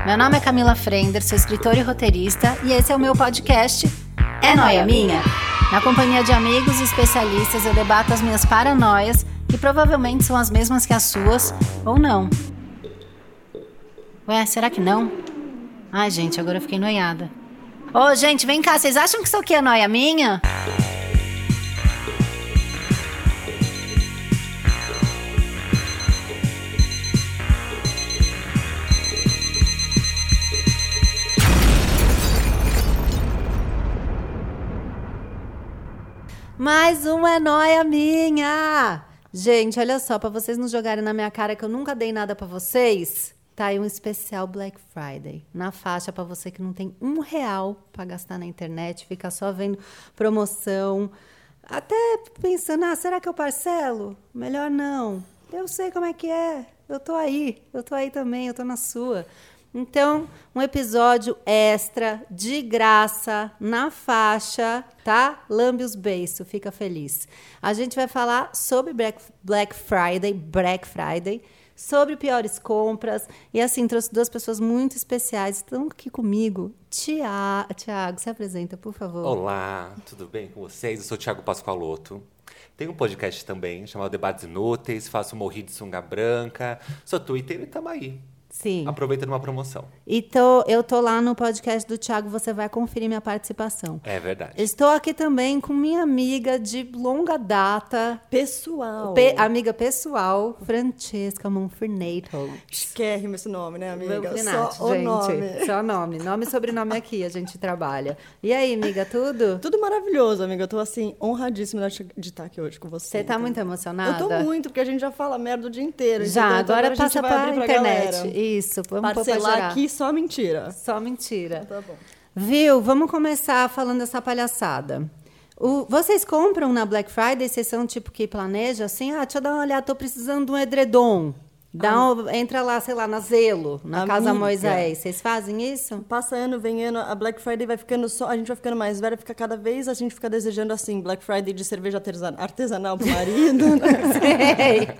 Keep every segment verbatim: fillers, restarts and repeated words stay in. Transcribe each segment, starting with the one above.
Meu nome é Camila Frender, sou escritora e roteirista e esse é o meu podcast É Nóia Minha? Na companhia de amigos e especialistas eu debato as minhas paranoias, que provavelmente são as mesmas que as suas, ou não. Ué, será que não? Ai, gente, agora eu fiquei noiada. Ô, gente, vem cá, vocês acham que isso aqui é nóia minha? Mais uma é nóia minha! Gente, olha só, pra vocês não jogarem na minha cara que eu nunca dei nada pra vocês, tá aí um especial Black Friday, na faixa pra você que não tem um real pra gastar na internet, fica só vendo promoção, até pensando, ah, será que eu parcelo? Melhor não. Eu sei como é que é, eu tô aí, eu tô aí também, eu tô na sua. Então, um episódio extra, de graça, na faixa, tá? Lambe os beiços, fica feliz. A gente vai falar sobre Black, Black Friday, Black Friday, sobre piores compras. E assim, trouxe duas pessoas muito especiais. Estão aqui comigo. Tiago, Tiago, se apresenta, por favor. Olá, tudo bem com vocês? Eu sou o Thiago Pascoaloto. Tenho um podcast também, chamado Debates Inúteis. Faço morri de sunga branca. Sou Twitter e tamo aí. Sim. Aproveita numa promoção. E tô, eu tô lá no podcast do Thiago, você vai conferir minha participação. É verdade. Estou aqui também com minha amiga de longa data. Pessoal. Pe- amiga pessoal, Francesca Monfernato. Esquérrimo esse nome, né, amiga? Monfernato, Só gente. o nome. Só nome. Nome e sobrenome aqui, a gente trabalha. E aí, amiga, tudo? Tudo maravilhoso, amiga. Eu tô, assim, honradíssima de estar aqui hoje com você. Você tá então. muito emocionada? Eu tô muito, porque a gente já fala merda o dia inteiro. Já, então, agora a gente passa vai pra abrir pra internet. galera. Isso, vamos pôr pra Parcelar gerar. aqui só mentira. Só mentira. Tá bom. Viu? Vamos começar falando dessa palhaçada. O, vocês compram na Black Friday? Vocês são tipo que planeja assim? Ah, deixa eu dar uma olhada, tô precisando de um edredom. Dá um, entra lá, sei lá, na Zelo, na Amiga. Casa Moisés. Vocês fazem isso? Passa ano, vem ano, a Black Friday vai ficando só, a gente vai ficando mais velha, fica cada vez, a gente fica desejando assim, Black Friday de cerveja artesan- artesanal pro marido, né? Sei.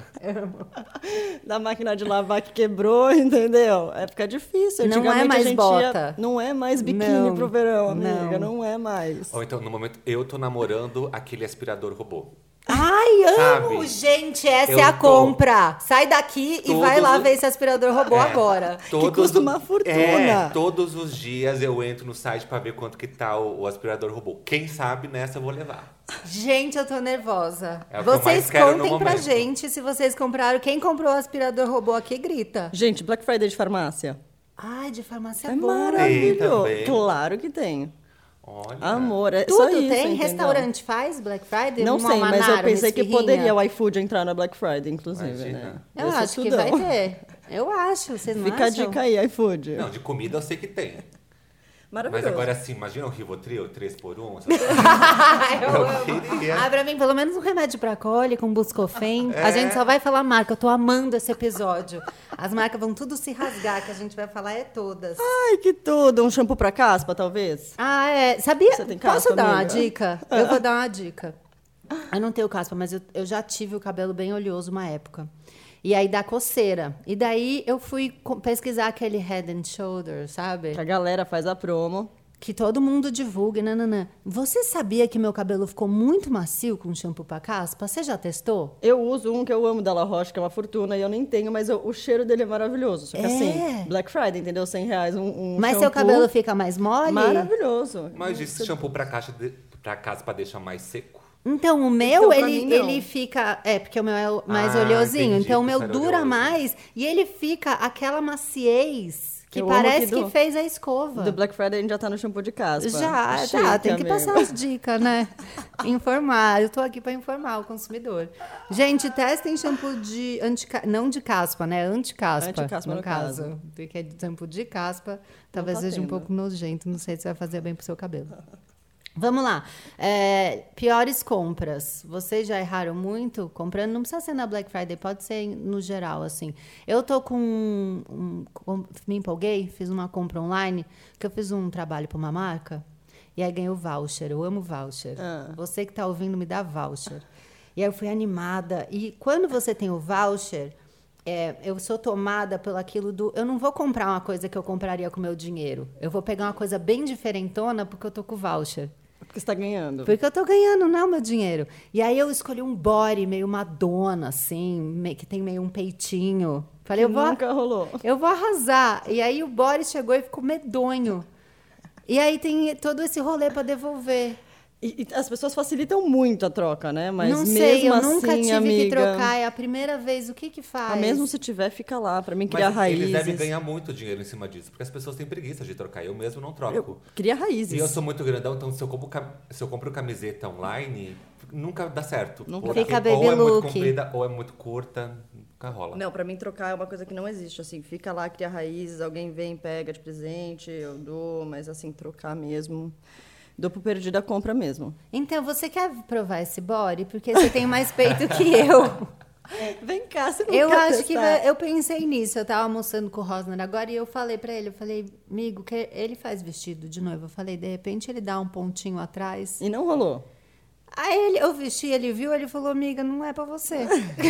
Da máquina de lavar que quebrou, entendeu? É, fica difícil. Não é Antigamente, mais a gente bota. Ia, não é mais biquíni Não, pro verão, amiga, não. não, é mais. Ou então, no momento, eu tô namorando aquele aspirador robô. Ai, amo, Sabe? gente, essa Eu é a tô- compra. Sai daqui e Todos vai lá os- ver esse aspirador robô agora. Todos custa o- uma fortuna. É, todos os dias eu entro no site pra ver quanto que tá o, o aspirador robô. Quem sabe nessa eu vou levar. Gente, eu tô nervosa. É o que eu mais vocês quero no contem pra momento. gente se vocês compraram. Quem comprou o aspirador robô aqui, grita. Gente, Black Friday de farmácia. Ai, de farmácia É boa. maravilhoso. também. Claro que tem. Olha. Amor, é Tudo só isso, tem? entendeu? Restaurante faz Black Friday? Não Uma sei, mas eu Manara, pensei uma que esfirrinha? poderia o iFood entrar na Black Friday, inclusive, Imagina. né? Eu Esse é acho que tudão. vai ter. Eu acho, vocês não Fica a acham? dica aí, iFood. Não, de comida eu sei que tem. Mas Maravilhoso. agora assim, imagina o Rivotril, três por um. eu Eu queria. Ah, pra mim, pelo menos um remédio pra cólica, com Buscofen. É. A gente só vai falar marca. Eu tô amando esse episódio. As marcas vão tudo se rasgar, que a gente vai falar é todas. Ai, que tudo. Um shampoo pra caspa, talvez? Ah, é. Sabia? Você tem Posso caspa, dar uma amiga? dica? Eu vou dar uma dica. Eu não tenho caspa, mas eu, eu já tive o cabelo bem oleoso uma época. E aí dá coceira. E daí eu fui co- pesquisar aquele Head and Shoulders, sabe? Que a galera faz a promo. Que todo mundo divulga. e nananã. Você sabia que meu cabelo ficou muito macio com shampoo pra caspa? Você já testou? Eu uso um que eu amo da La Roche, que é uma fortuna, e eu nem tenho, mas eu- o cheiro dele é maravilhoso. Só que É? assim, Black Friday, entendeu? cem reais um, um Mas seu shampoo. cabelo fica mais mole? Maravilhoso. Mas esse shampoo pra, caixa de, pra casa pra deixar mais seco. Então, o meu, Então, pra ele, mim, não. ele fica... É, porque o meu é mais Ah, oleosinho. entendi, Então, o que meu isso era dura oleoso. mais e ele fica aquela maciez que Eu amo parece que que, do- fez a escova. Do Black Friday a gente já tá no shampoo de caspa. Já, Chique, já, tem que amiga. passar as dicas, né? Informar, eu tô aqui para informar o consumidor. Gente, testem shampoo de antica... não de caspa, né? Anticaspa, Anticaspa, no, no caso. caso. Porque é de shampoo de caspa, talvez tá seja um tendo. pouco nojento, não sei se vai fazer bem pro seu cabelo. Vamos lá. É, piores compras. Vocês já erraram muito comprando? Não precisa ser na Black Friday, pode ser no geral, assim. Eu tô com... Um, um, com- me empolguei, fiz uma compra online, que eu fiz um trabalho para uma marca, e aí ganhei o voucher. Eu amo voucher. Ah. Você que tá ouvindo, me dá voucher. E aí eu fui animada. E quando você tem o voucher, É, eu sou tomada pelo aquilo do... Eu não vou comprar uma coisa que eu compraria com meu dinheiro. Eu vou pegar uma coisa bem diferentona porque eu tô com voucher. Porque você tá ganhando. Porque eu tô ganhando, não meu dinheiro. E aí eu escolhi um body meio Madonna, assim, me- que tem meio um peitinho. Falei, Que eu vou, nunca rolou. eu vou arrasar. E aí o body chegou e ficou medonho. E aí tem todo esse rolê pra devolver. E, e as pessoas facilitam muito a troca, né? Mas não mesmo sei, eu assim, nunca tive amiga, que trocar. É a primeira vez. O que que faz? Ah, mesmo se tiver, fica lá. Pra mim, criar Mas raízes. eles devem ganhar muito dinheiro em cima disso, porque as pessoas têm preguiça de trocar. Eu mesmo não troco. Eu queria raízes. E eu sou muito grandão, então se eu compro, cam- se eu compro camiseta online, nunca dá certo. Nunca Porque Fica baby ou é muito look. comprida ou é muito curta, nunca rola. Não, pra mim trocar é uma coisa que não existe, assim, fica lá, cria raízes, alguém vem, pega de presente, eu dou, mas assim, trocar mesmo, dou por perdida, compra mesmo. Então, você quer provar esse body? Porque você tem mais peito que eu. Vem cá, você não Eu quer acho que testar? vai- eu pensei nisso. Eu tava almoçando com o Rosner agora e eu falei pra ele, eu falei, amigo, que ele faz vestido de noiva. Eu falei, de repente ele dá um pontinho atrás. E não rolou. Aí ele, eu vesti, ele viu, ele falou, amiga, não é pra você.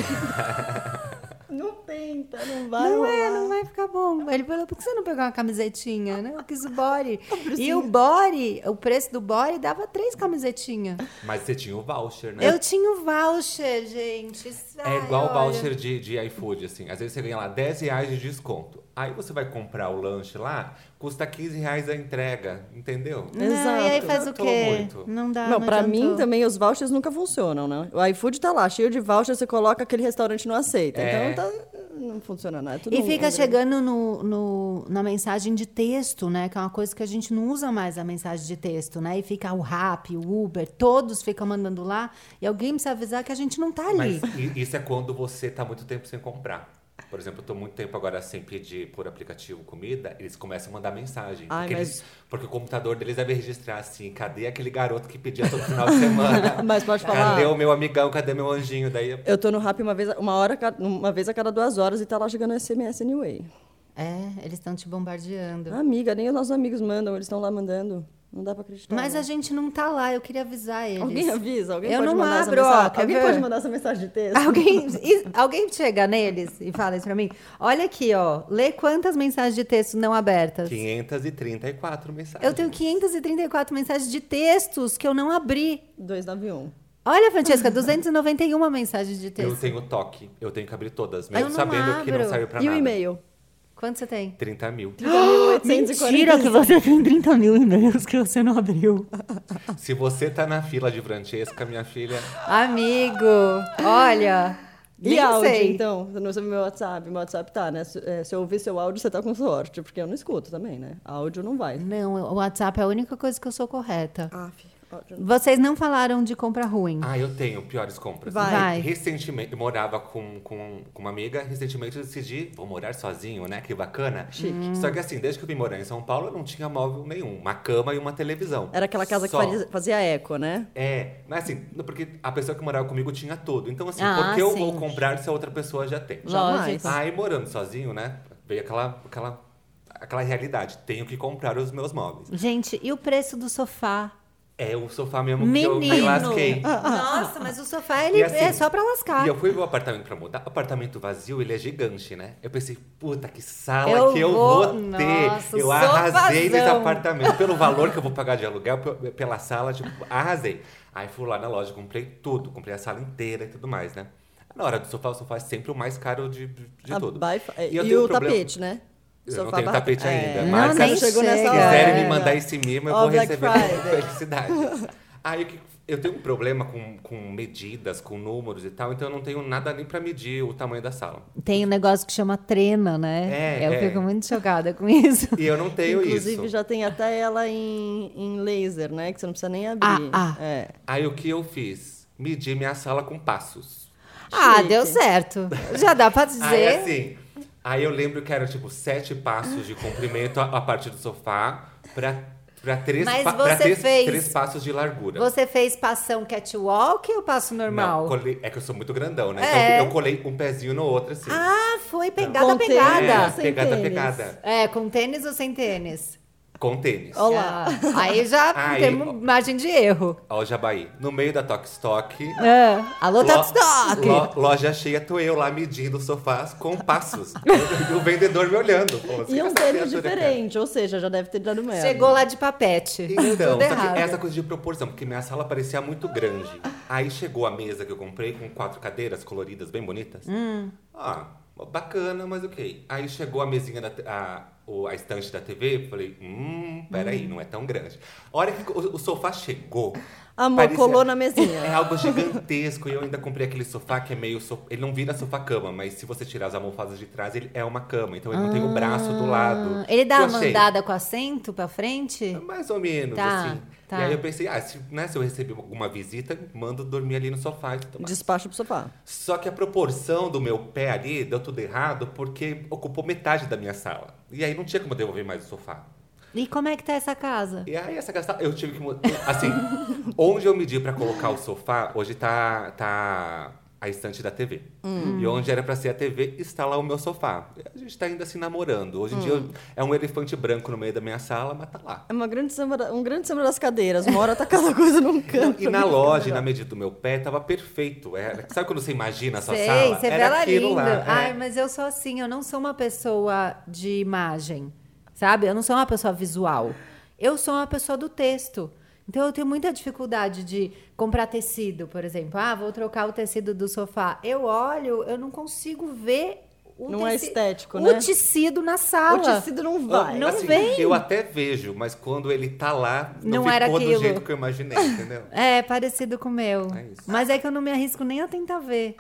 Não tenta, não vai Não é, rolar. não vai ficar bom. Ele falou, por que você não pegou uma camisetinha, né? Eu quis o body. E o body, o preço do body dava três camisetinhas. Mas você tinha o voucher, né? Eu tinha o voucher, gente. É Ai, igual o olha. voucher de, de iFood, assim. Às vezes você ganha lá dez reais de desconto. Aí você vai comprar o lanche lá, custa quinze reais a entrega, entendeu? Não, e aí Exato. faz o Adiantou quê? muito. Não dá, não, não pra adiantou. mim também os vouchers nunca funcionam, né? O iFood tá lá, cheio de vouchers, você coloca, aquele restaurante não aceita. É. Então tá, não funciona nada. É tudo E um- fica um chegando no, no- na mensagem de texto, né? Que é uma coisa que a gente não usa mais a mensagem de texto, né? E fica o Rappi, o Uber, todos ficam mandando lá. E alguém precisa avisar que a gente não tá ali. Mas i- isso é quando você tá muito tempo sem comprar. Por exemplo, eu tô muito tempo agora sem pedir por aplicativo comida, eles começam a mandar mensagem. Ai, porque, mas- eles- porque o computador deles deve registrar assim, cadê aquele garoto que pedia todo final de semana? Mas pode falar- Cadê o meu amigão, cadê meu anjinho? Daí Eu tô no Rappi uma vez, uma hora, ca- uma vez a cada duas horas e tá lá chegando S M S anyway. É, eles estão te bombardeando. Amiga, nem os nossos amigos mandam, eles estão lá mandando. Não dá pra acreditar. Mas né? a gente não tá lá, eu queria avisar eles. Alguém avisa, alguém Eu pode não mandar abro, essa ó, mensagem. quer Alguém ver? pode mandar essa mensagem de texto. Alguém, e- alguém chega neles e fala isso pra mim? Olha aqui, ó. Lê quantas mensagens de texto não abertas. quinhentas e trinta e quatro mensagens. Eu tenho quinhentas e trinta e quatro mensagens de textos que eu não abri. duzentos e noventa e um. Olha, Francesca, duzentas e noventa e uma mensagens de Eu texto. tenho toque, eu tenho que abrir todas, Eu mesmo não sabendo que não abro. saiu pra E nada. o e-mail? Quanto você tem? trinta mil. Mentira que você tem trinta mil e-mails que você não abriu. Se você tá na fila de Francesca, minha filha, Amigo, olha. E nem áudio, sei. então? Você não sabe meu WhatsApp? Meu WhatsApp tá, né? Se, é, se eu ouvir seu áudio, você tá com sorte. Porque eu não escuto também, né? Áudio não vai. Não, o WhatsApp é a única coisa que eu sou correta. Aff, áudio não. Vocês não falaram de compra ruim. ah, eu tenho piores compras. Vai. Vai. Recentemente, eu morava com, com, com uma amiga, recentemente eu decidi, vou morar sozinho, né? Que bacana. Chique. Só que assim, desde que eu vim morar em São Paulo, eu não tinha móvel nenhum. Uma cama e uma televisão. Era aquela casa Só. que fazia, fazia eco, né? É, mas assim, não- porque a pessoa que morava comigo tinha tudo. Então assim, Ah, por que eu sim. vou comprar se a outra pessoa já tem? Jamais. Lógico. Aí morando sozinho, né? Veio aquela, aquela, aquela realidade. Tenho que comprar os meus móveis. Gente, e o preço do sofá? É o sofá mesmo que eu me Menino! lasquei. Nossa, mas o sofá ele E assim, é só pra lascar. E eu fui ver o apartamento pra mudar. Apartamento vazio, ele é gigante, né? Eu pensei, puta, que sala Eu que eu vou- vou, ter. Nossa, eu arrasei nesse sofazão. apartamento. Pelo valor que eu vou pagar de aluguel, pe- pela sala, tipo, arrasei. Aí fui lá na loja, comprei tudo. Comprei a sala inteira e tudo mais, né? Na hora do sofá, o sofá é sempre o mais caro de, de A tudo. by fa- E E, eu tenho um o problema- tapete, né? Eu não Sofá tenho barraca- tapete ainda. É. Mas Não, se nem chegou nessa chega. hora. quiserem me É. mandar esse mimo, eu Ó, vou Black receber com Friday. felicidade. Aí o que- eu tenho um problema com, com medidas, com números e tal, então eu não tenho nada nem pra medir o tamanho da sala. Tem um negócio que chama trena, né? É, eu é. fico muito chocada com isso. E eu não tenho Inclusive, isso. já tem até ela em, em laser, né? Que você não precisa nem abrir. Ah, ah. É. Aí o que eu fiz? Medi minha sala com passos. Ah, Chique. deu certo. Já dá pra dizer. Aí assim, aí eu lembro que eram tipo sete passos de comprimento a, a partir do sofá pra, pra, três, Mas pa- pra você três, fez- três passos de largura. Você fez passão catwalk ou passo normal? Não, colei- é que eu sou muito grandão, né? É. Então eu colei um pezinho no outro assim. Ah, foi pegada, Com tênis. pegada. é, sem pegada, tênis. pegada. É, com tênis ou sem tênis? Com tênis. Olá. Ah, aí já Aí, temos ó. margem de erro. Ó o Jabaí. No meio da Tok Stock. É. Alô, lo- Tapstock! lo- Loja cheia, tô eu lá medindo sofás com passos. E o vendedor me olhando. Pô, você E um essa tênis criatura, cara. diferente, ou seja, já deve ter dado merda. Chegou lá de papete. Então, Tudo só que errado. essa coisa de proporção, porque minha sala parecia muito grande. Aí chegou a mesa que eu comprei com quatro cadeiras coloridas, bem bonitas. Hum. Ah, bacana, mas ok. Aí chegou a mesinha, da, te- a, o- a estante da T V, falei, hum, peraí, não é tão grande. A hora que o, o sofá chegou... Amor, parecia- colou na mesinha. É algo gigantesco. E eu ainda comprei aquele sofá que é meio... So, ele não vira sofá-cama, mas se você tirar as almofadas de trás, ele é uma cama. Então ele não tem o braço do lado. Ah, ele dá Eu uma achei- andada com assento pra frente? Mais ou menos, Tá, assim. tá. E aí eu pensei, ah, se, né, se eu receber alguma visita, mando dormir ali no sofá e tudo mais. Despacho pro sofá. Só que a proporção do meu pé ali deu tudo errado porque ocupou metade da minha sala. E aí não tinha como devolver mais o sofá. E como é que tá essa casa? E aí essa casa, eu tive que mudar. Assim, onde eu medi pra colocar o sofá, hoje tá, tá a estante da T V. E onde era pra ser a T V, está lá o meu sofá. A gente tá ainda se namorando. Hoje em dia eu- é um elefante branco no meio da minha sala, mas tá lá. É uma grande samba, da- um grande samba das cadeiras. Uma hora tá cada coisa num canto. E na loja, e na medida do meu pé, tava perfeito. Era, sabe quando você imagina a sua Sei, sala? você vê Era ela aquilo linda. lá. é. Ai, mas eu sou assim, eu não sou uma pessoa de imagem, sabe? Eu não sou uma pessoa visual. Eu sou uma pessoa do texto. Então eu tenho muita dificuldade de comprar tecido, por exemplo. Ah, vou trocar o tecido do sofá. Eu olho, eu não consigo ver o Não é teci- estético, o né? tecido na sala. O tecido não vai. Não Assim, vem. Eu até vejo, mas quando ele tá lá, não, Não era ficou do aquilo. jeito que eu imaginei, entendeu? É, parecido com o meu. É isso. Mas é que eu não me arrisco nem a tentar ver.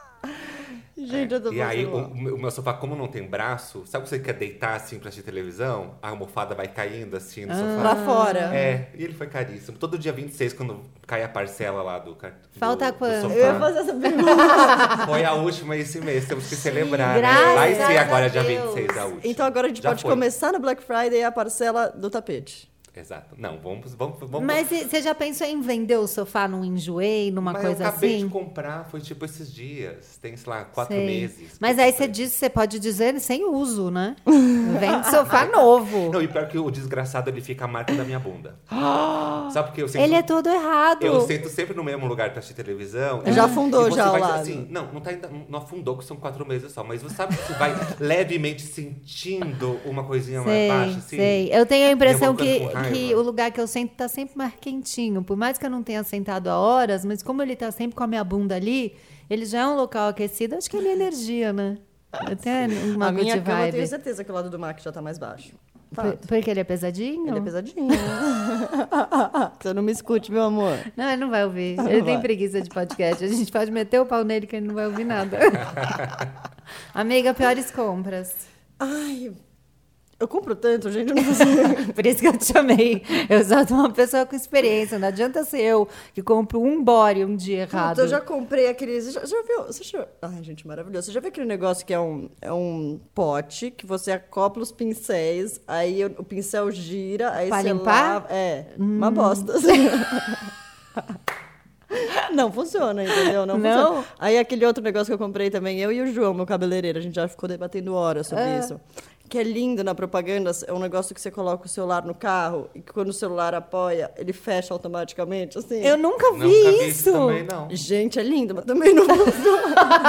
Gente, eu tô E aí, o, passando mal. o meu o meu sofá, como não tem braço, sabe que você quer deitar assim pra assistir televisão? A almofada vai caindo assim no sofá. Lá fora. É, e ele foi caríssimo. Todo dia vinte e seis, quando cai a parcela lá do cartão. Falta do, quanto? Do Eu ia sofá. fazer essa pergunta. Foi a última esse mês, temos que celebrar, né? graças Vai ser a agora dia Deus. vinte e seis a última. Então agora a gente Já pode foi. começar no Black Friday a parcela do tapete. Exato. Não, vamos... vamos, vamos Mas e- você já pensou em vender o sofá num enjoei, numa Mas coisa eu acabei assim? de comprar, foi tipo esses dias. Tem, sei lá, quatro Sei. meses. Mas que eu aí você comprei. diz, você pode dizer sem uso, né? Vende sofá novo. Não, e pior que o desgraçado, ele fica a marca da minha bunda. Sabe porque eu sempre... Ele é todo errado. Eu sento sempre no mesmo lugar pra assistir televisão. Já e- afundou e você já ao vai, lado. assim, não, não, tá ainda, não afundou, que são quatro meses só. Mas você sabe que você vai levemente sentindo uma coisinha mais Sei, baixa, assim? sei. Eu tenho a impressão E eu vou que, ficando com raiva. que o lugar que eu sento tá sempre mais quentinho. Por mais que eu não tenha sentado há horas, mas como ele tá sempre com a minha bunda ali, ele já é um local aquecido. Acho que ele é energia, né? Até uma a minha good cama eu vibe. tenho certeza que o lado do Mac já tá mais baixo. Por- Fato. porque ele é pesadinho? Ele é pesadinho. Você não me escute, meu amor. Não, ele não vai ouvir. Ele tem Vai. preguiça de podcast. A gente pode meter o pau nele que ele não vai ouvir nada. Amiga, piores compras. Ai, eu compro tanto, gente, eu não consigo. Por isso que eu te chamei. Eu só sou uma pessoa com experiência. Não adianta ser eu que compro um body um dia errado. Puta, eu já comprei aqueles. Você já, já viu? Você já, ai, gente, maravilhoso. Você já viu aquele negócio que é um, é um pote que você acopla os pincéis, aí o, o pincel gira, aí Pra você limpar? lava. É, uma bosta. Não funciona, entendeu? Não, Não? funciona. Aí aquele outro negócio que eu comprei também, eu e o João, meu cabeleireiro, a gente já ficou debatendo horas sobre Ah. isso. Que é lindo na propaganda, é um negócio que você coloca o celular no carro e que quando o celular apoia, ele fecha automaticamente, assim. Eu nunca vi Nunca vi isso. isso também, não. Gente, é lindo, mas também não funciona.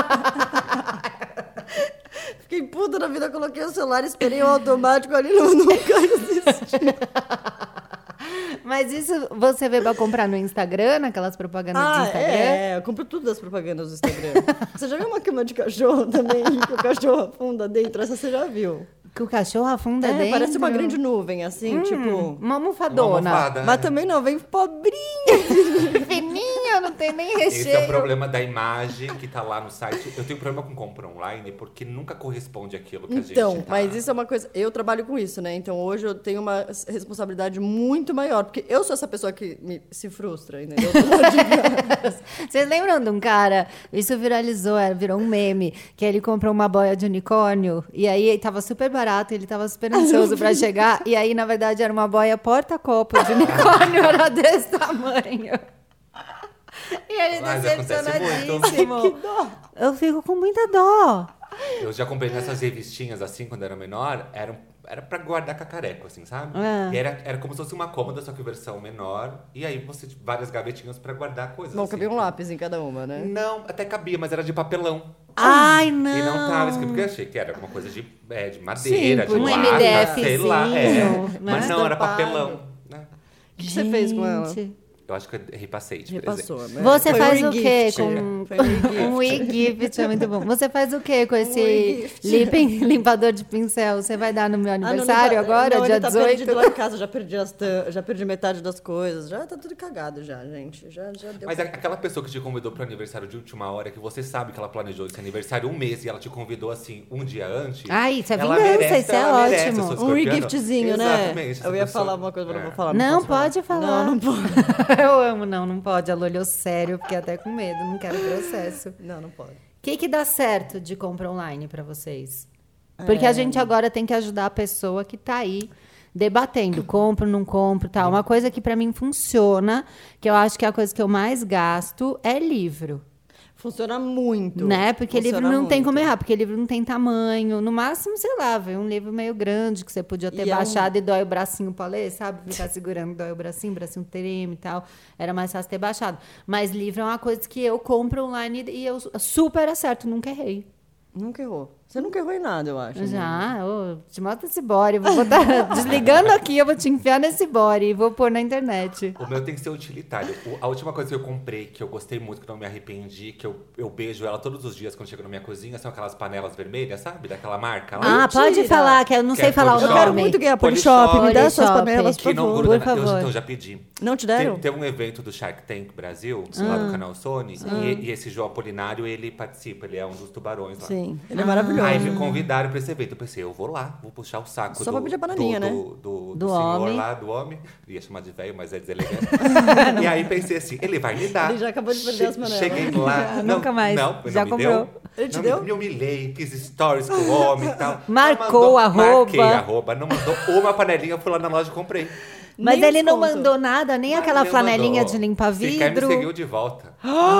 Fiquei puta na vida, coloquei o celular, esperei o automático ali, não, nunca existiu. Mas isso você vê pra comprar no Instagram, naquelas propagandas do Ah, Instagram? é, eu compro tudo das propagandas do Instagram. Você já viu uma cama de cachorro também, que o cachorro afunda dentro? Essa você já viu. Que o cachorro afunda É, dentro? parece uma grande nuvem, assim, tipo... Uma Uma almofadona. almofada, Mas né? também não, vem pobrinha. Fininha, não tem nem recheio. Esse é o problema da imagem que tá lá no site. Eu tenho problema com compra online porque nunca corresponde àquilo que a gente Então, tá... mas isso é uma coisa... Eu trabalho com isso, né? Então, hoje eu tenho uma responsabilidade muito maior. Porque eu sou essa pessoa que me, se frustra, entendeu? Vocês lembram de um cara? Isso viralizou, era- virou um meme. Que ele comprou uma boia de unicórnio. E aí tava super barato, ele tava super ansioso pra chegar. E aí, na verdade, era uma boia porta-copo de unicórnio. Era desse tamanho. E ele Mas acontece decepcionadíssimo. Que dó. Eu fico com muita dó. Eu já comprei nessas revistinhas, assim, quando eu era menor, era, era pra guardar cacareco, assim, sabe? É. E era, era como se fosse uma cômoda, só que versão menor. E aí você tinha várias gavetinhas pra guardar coisas. Bom, assim, cabia um que- lápis em cada uma, né? Não, até cabia, mas era de papelão. Ai, não. E não tava escrito, porque eu achei que era alguma coisa de, é, de madeira, Sim, de um lata, sei lá. É. MDFzinho, né? Mas não, era Estampado. papelão. Né? O que, que você fez com ela? Gente. Eu acho que eu repassei de Repassou, presente. né? Você Foi faz um o quê e-gift. com Foi um e-gift. um e-gift? É muito bom. Você faz o quê com esse e-gift. lip- limpador de pincel? Você vai dar no meu Ah, não, aniversário não tá- agora, não, dia ele tá dezoito? perdido lá em casa, já perdi, as tam- já perdi metade das coisas. Já tá tudo cagado já, gente. Já, já deu. Mas a- aquela pessoa que te convidou pro aniversário de última hora, que você sabe que ela planejou esse aniversário um mês e ela te convidou assim um dia antes. Ai, isso é ela vingança, merece- isso é ela merece, ótimo. eu sou Um escorpiana. regiftzinho, né? Exatamente, essa Eu ia pessoa- falar uma coisa, mas não É. vou falar. Não posso falar. pode falar. Não, não pode. Eu amo, não, não pode. Ela olhou sério, fiquei até com medo, não quero processo. Não, não pode. O que, que dá certo de compra online pra vocês? Porque a gente agora tem que ajudar a pessoa que tá aí debatendo, compro, não compro, tal. Uma coisa que pra mim funciona, que eu acho que é a coisa que eu mais gasto, é livro. Funciona muito. Né? Porque Funciona livro não tem muito. como errar, porque livro não tem tamanho. No máximo, sei lá, veio um livro meio grande que você podia ter E é um- baixado e dói o bracinho pra ler, sabe? Ficar segurando, dói o bracinho, o bracinho treme e tal. Era mais fácil ter baixado. Mas livro é uma coisa que eu compro online e eu super acerto, nunca errei. Nunca errou. Você nunca errou em nada, eu acho. né? Já, ô, te mata esse body. Vou botar, desligando aqui, eu vou te enfiar nesse body e vou pôr na internet. O meu tem que ser utilitário. O- a última coisa que eu comprei, que eu gostei muito, que não me arrependi, que eu, eu beijo ela todos os dias quando chego na minha cozinha, são aquelas panelas vermelhas, sabe? Daquela marca lá. Ah, pode Mentira. falar, que eu não Que sei é falar o Polishop. Eu quero nome. muito ganhar Polishop. Polishop. Me dá essas Polishop. panelas, Que por não favor. gruda Por na- eu, favor. então já pedi. Não te deram? Teve, teve um evento do Shark Tank Brasil, lá do canal Sony, e, e esse João Apolinário, ele participa, ele é um dos tubarões lá. Sim, ele é maravilhoso. Aí me convidaram pra esse evento. Eu pensei, eu vou lá, vou puxar o saco Só do, pra pedir a bananinha, do, né? do, do, Do senhor homem. lá, do homem. Ia chamar de velho, mas é deselegante. E aí pensei assim, ele vai me dar. Ele já acabou de perder as panelas. Cheguei lá. Nunca não, mais. Não, Já não me comprou. deu. Ele te não deu? Me, me humilhei, fiz stories com o homem e tal. Marcou Não a Marquei arroba. a arroba. Não mandou uma panelinha, eu fui lá na loja e comprei. Mas Nem ele não desconto. mandou nada, nem Mas aquela ele flanelinha mandou. de limpar Se quer, me vidro. seguiu de volta.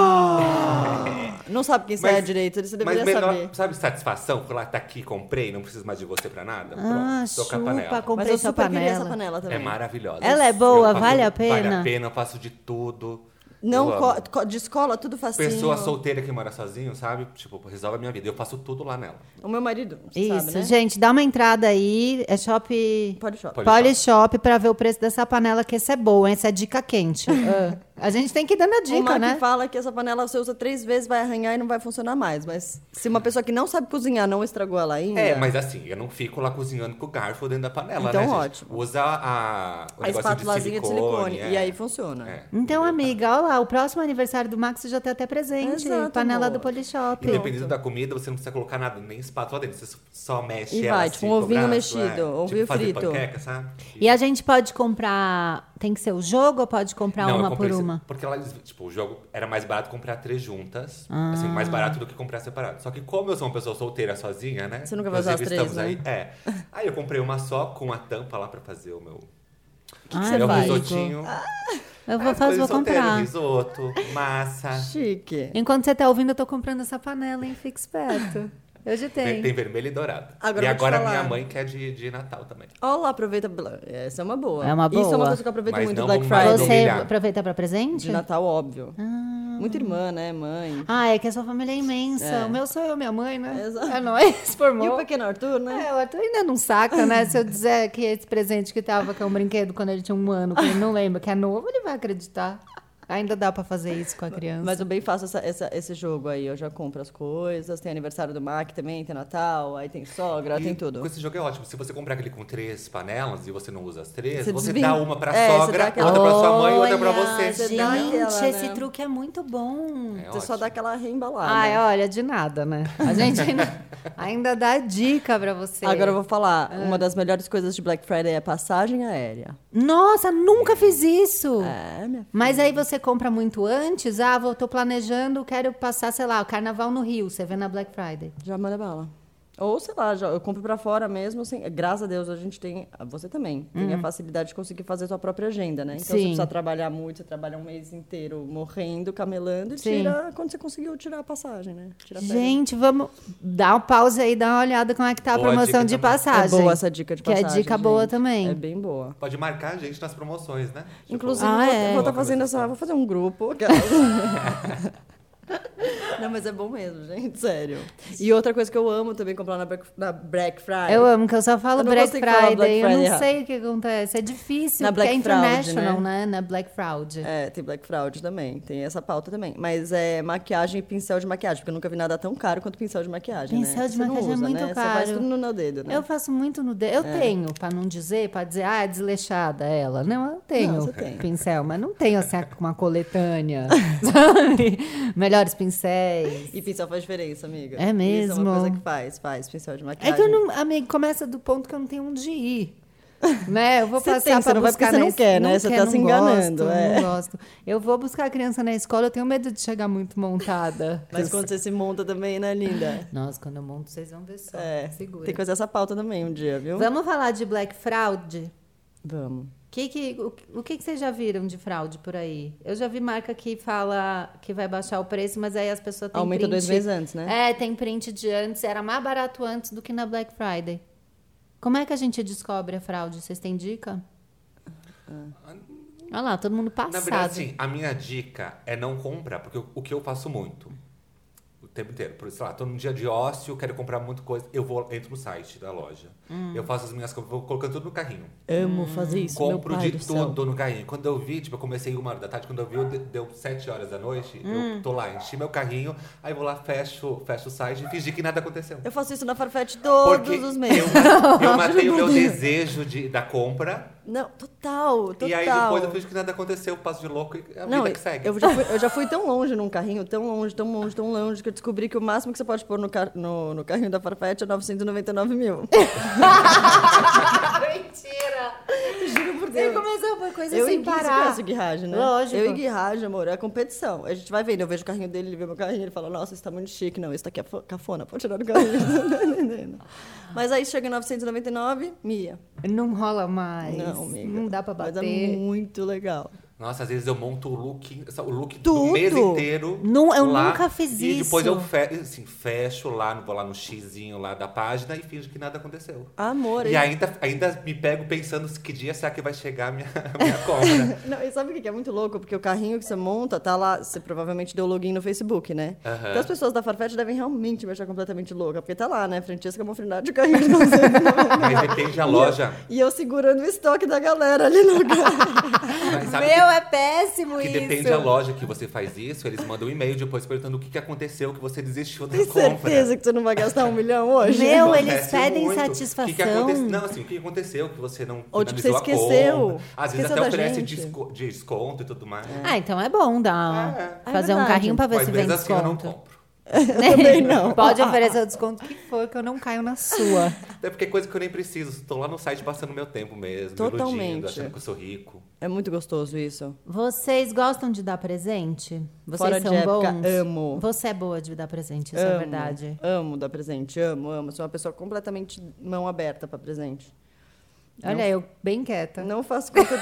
Não sabe quem sai direito, você deveria mas melhor, saber. sabe, satisfação? Fui lá, tá aqui, comprei, não preciso mais de você pra nada. Ah, Pronto, tô com a chupa, panela. comprei Mas eu sua super queria panela. essa panela também. É maravilhosa. Ela é boa, Eu faço- vale a Vale pena? a pena, eu faço de tudo. Não, Eu co- amo. co- de escola, tudo facinho. Pessoa solteira que mora sozinho, sabe? Tipo, resolve a minha vida. Eu faço tudo lá nela. O meu marido, você Isso, sabe, né? gente, dá uma entrada aí. É shop. Polishop. Polishop. Polishop pra ver o preço dessa panela, que essa é boa, hein? Essa é dica quente. Ah, a gente tem que ir dando a O dica, Mark né? fala que essa panela você usa três vezes, vai arranhar e não vai funcionar mais. Mas se uma pessoa que não sabe cozinhar não estragou ela ainda... É, mas assim, eu não fico lá cozinhando com o garfo dentro da panela, Então, né, gente? ótimo. Usa a, o A negócio espátulazinha de silicone. é. E aí funciona. É. Então, amiga, olha lá, o próximo aniversário do Max já tem até presente. Exato, panela amor. do Polishop. E dependendo da comida, você não precisa colocar nada, nem espátula dentro. Você só mexe E ela vai, assim, tipo um com o ovinho braço, mexido, é. ovinho tipo fazer frito. panqueca, sabe? E a gente pode comprar. Tem que ser o jogo ou pode comprar Não, eu uma comprei por esse- uma? Porque lá, tipo, o jogo era mais barato comprar três juntas. Ah. Assim, mais barato do que comprar separado. Só que como eu sou uma pessoa solteira sozinha, né? Você nunca vai usar as Inclusive, três, estamos aí. É. Aí eu comprei uma só com a tampa lá pra fazer o meu... Ah, você meu faz? risotinho. Eu vou É, fazer, vou coisa solteira, comprar. risoto, massa. Chique. Enquanto você tá ouvindo, eu tô comprando essa panela, hein? Fique esperto. Hoje tem. Tem, tem vermelho e dourado. Agora e eu vou te agora falar. minha mãe quer de, de Natal também. Olha lá, aproveita... Essa é uma boa. É uma Isso é boa. uma coisa que eu aproveito Mas muito não Black vamos mais Friday. Você humilhar. aproveita pra presente? De Natal, óbvio. Ah. Muita irmã, né? Mãe. Ah, é que a sua família é imensa. É. O meu sou eu, minha mãe, né? Exato. É nóis, formou. E o pequeno Arthur, né? É, o Arthur ainda não saca, né? Se eu disser que esse presente que tava, que é um brinquedo quando ele tinha um ano, que ele não lembra, que é novo, ele vai acreditar. Ainda dá pra fazer isso com a criança. Mas eu bem faço essa, essa- esse jogo aí. Eu já compro as coisas. Tem aniversário do Mac também, tem Natal, aí tem sogra, E tem tudo. Com esse jogo é ótimo. Se você comprar aquele com três panelas e você não usa as três, Você você, desvia. dá uma pra É, você sogra, dá aquela- outra pra sua mãe e outra pra Olha, você. Você Gente, dá aquela, esse né? truque é muito bom. É Você só ótimo. dá aquela reembalada. Ai, olha, de nada, né? A gente ainda, ainda dá dica pra você. Agora eu vou falar. Ah. Uma das melhores coisas de Black Friday é a passagem aérea. Nossa, nunca fiz isso. É, minha filha. Mas aí você compra muito antes? Ah, vou, tô planejando, quero passar, sei lá, o carnaval no Rio. Você vê na Black Friday. Já manda bala. Ou, sei lá, já, eu compro pra fora mesmo, assim, graças a Deus a gente tem, você também, tem a facilidade de conseguir fazer a sua própria agenda, né? Então, Sim. você precisa trabalhar muito, você trabalha um mês inteiro morrendo, camelando, e Sim. tira quando você conseguiu tirar a passagem, né? Tira a férias. Gente, vamos dar uma pausa aí, dar uma olhada como é que tá a Boa promoção dica de também. passagem. É boa essa dica de Que é passagem, dica boa gente. também. É bem boa. Pode marcar a gente nas promoções, né? Tipo, Inclusive, Ah, vou, é? vou estar fazendo essa. Vou fazer um grupo. Não, mas é bom mesmo, gente, sério. E outra coisa que eu amo também comprar na Black, na Black Friday. Eu amo, que eu só falo Eu não Black consigo falar Friday, Black eu Friday não errado. sei o que acontece. É difícil, Na porque é Black Fraud, international, né? né? Na Black Fraud. É, tem Black Fraud também, tem essa pauta também. Mas é maquiagem e pincel de maquiagem, porque eu nunca vi nada tão caro quanto pincel de maquiagem, Pincel né? de Você não maquiagem é usa, muito né? Você caro. faz tudo no meu dedo, né? Eu faço muito no dedo. Eu tenho, pra não dizer, pra dizer, ah, é desleixada ela. Não, eu tenho Não, você tem. pincel, mas não tenho assim uma coletânea, sabe? Melhores pincéis. E pincel faz diferença, amiga. É mesmo? Isso é uma coisa que faz, faz, pincel de É maquiagem. que eu não, amigo, começa do ponto que eu não tenho onde ir. Né? Eu vou Você passar tem, pra você não vai porque buscar você na não es- quer, né? Você quer, tá não se enganando, Gosto, é. Não gosto. Eu vou buscar a criança na escola, eu tenho medo de chegar muito montada. Mas quando você se monta também, né, linda? Nossa, quando eu monto, vocês vão ver só. É, Segura. tem que fazer essa pauta também um dia, viu? Vamos falar de Black Fraud? Vamos. Que que, o, o que, que vocês já viram de fraude por aí? Eu já vi marca que fala que vai baixar o preço, mas aí as pessoas têm Aumenta print. dois meses antes, né? É, tem print de antes. Era mais barato antes do que na Black Friday. Como é que a gente descobre a fraude? Vocês têm dica? Olha lá, todo mundo passado. Na verdade, assim, a minha dica é não comprar, porque o, o que eu faço muito, o tempo inteiro, por sei lá, tô num dia de ócio, quero comprar muita coisa, eu vou, entro no site da loja, Hum. eu faço as minhas compras, vou colocando tudo no carrinho. Amo fazer isso, Compro meu pai de do céu. tudo no carrinho. Quando eu vi, tipo, eu comecei uma hora da tarde, quando eu vi, eu de- deu sete horas da noite, Hum. eu tô lá, enchi meu carrinho, aí vou lá, fecho, fecho o site e fingi que nada aconteceu. Eu faço isso na Farfetch todos Porque os meses. Eu, eu matei o meu desejo de, da compra. Não, total, total. E aí depois eu fingi que nada aconteceu, passo de louco e a Não, vida que segue. eu já, fui, eu já fui tão longe num carrinho, tão longe, tão longe, tão longe, que eu descobri que o máximo que você pode pôr no, car- no, no carrinho da Farfetch é novecentos e noventa e nove mil. Mentira! Juro por Você Deus. começou uma coisa Eu sem e Gui, você parar. conhece o Gui Raj, né? Lógico. Eu e Gui Raj, amor, é competição. A gente vai vendo, eu vejo o carrinho dele, ele vê meu carrinho, ele fala, nossa, isso tá muito chique. Não, isso daqui é fo- cafona, pode tirar do carrinho. Não tá entendendo. Mas aí chega em novecentos e noventa e nove, Mia. Não rola mais. Não, amiga. Não dá pra Mas bater. é muito legal. Nossa, às vezes eu monto o look, o look Tudo. do mês inteiro. Não, eu lá, nunca fiz e depois isso. eu fe, assim, fecho lá, vou lá no xizinho lá da página e finjo que nada aconteceu. Amor, E ele- ainda, ainda me pego pensando que dia será que vai chegar a minha, a minha compra. Não, e sabe o que que é muito louco? Porque o carrinho que você monta, tá lá, você provavelmente deu login no Facebook, né? Aham. Então as pessoas da Farfetch devem realmente me achar completamente louca, porque tá lá, né? Francesca Monfrinati, o carrinho de novecentos e noventa e nove. Mas depende da loja. E eu segurando o estoque da galera ali no carro. Mas sabe Meu, é péssimo que, que isso. depende da loja que você faz isso, eles mandam um e-mail depois perguntando o que, que aconteceu que você desistiu da Tem compra. certeza que você não vai gastar um milhão hoje? Meu, Acontece eles pedem muito. satisfação. O que que aconte- Não, assim, o que aconteceu que você não Ou, tipo, finalizou você a esqueceu. compra. Às vezes Esqueceu até da oferece gente. desco- desconto e tudo mais. Ah, então é bom dar, É. fazer É um verdade. carrinho pra ver Mas se vem mesmo assim eu não desconto. compro. Também não. Pode oferecer o desconto que for, que eu não caio na sua. Até porque é coisa que eu nem preciso. Estou lá no site passando meu tempo mesmo, me Totalmente. iludindo, achando que eu sou rico. É muito gostoso isso. Vocês gostam de dar presente? Vocês Fora de são época, bons? amo. Você é boa de dar presente, isso amo, é verdade. Amo dar presente, amo, amo. Sou uma pessoa completamente mão aberta pra presente. Olha, eu bem quieta. Não faço conta de...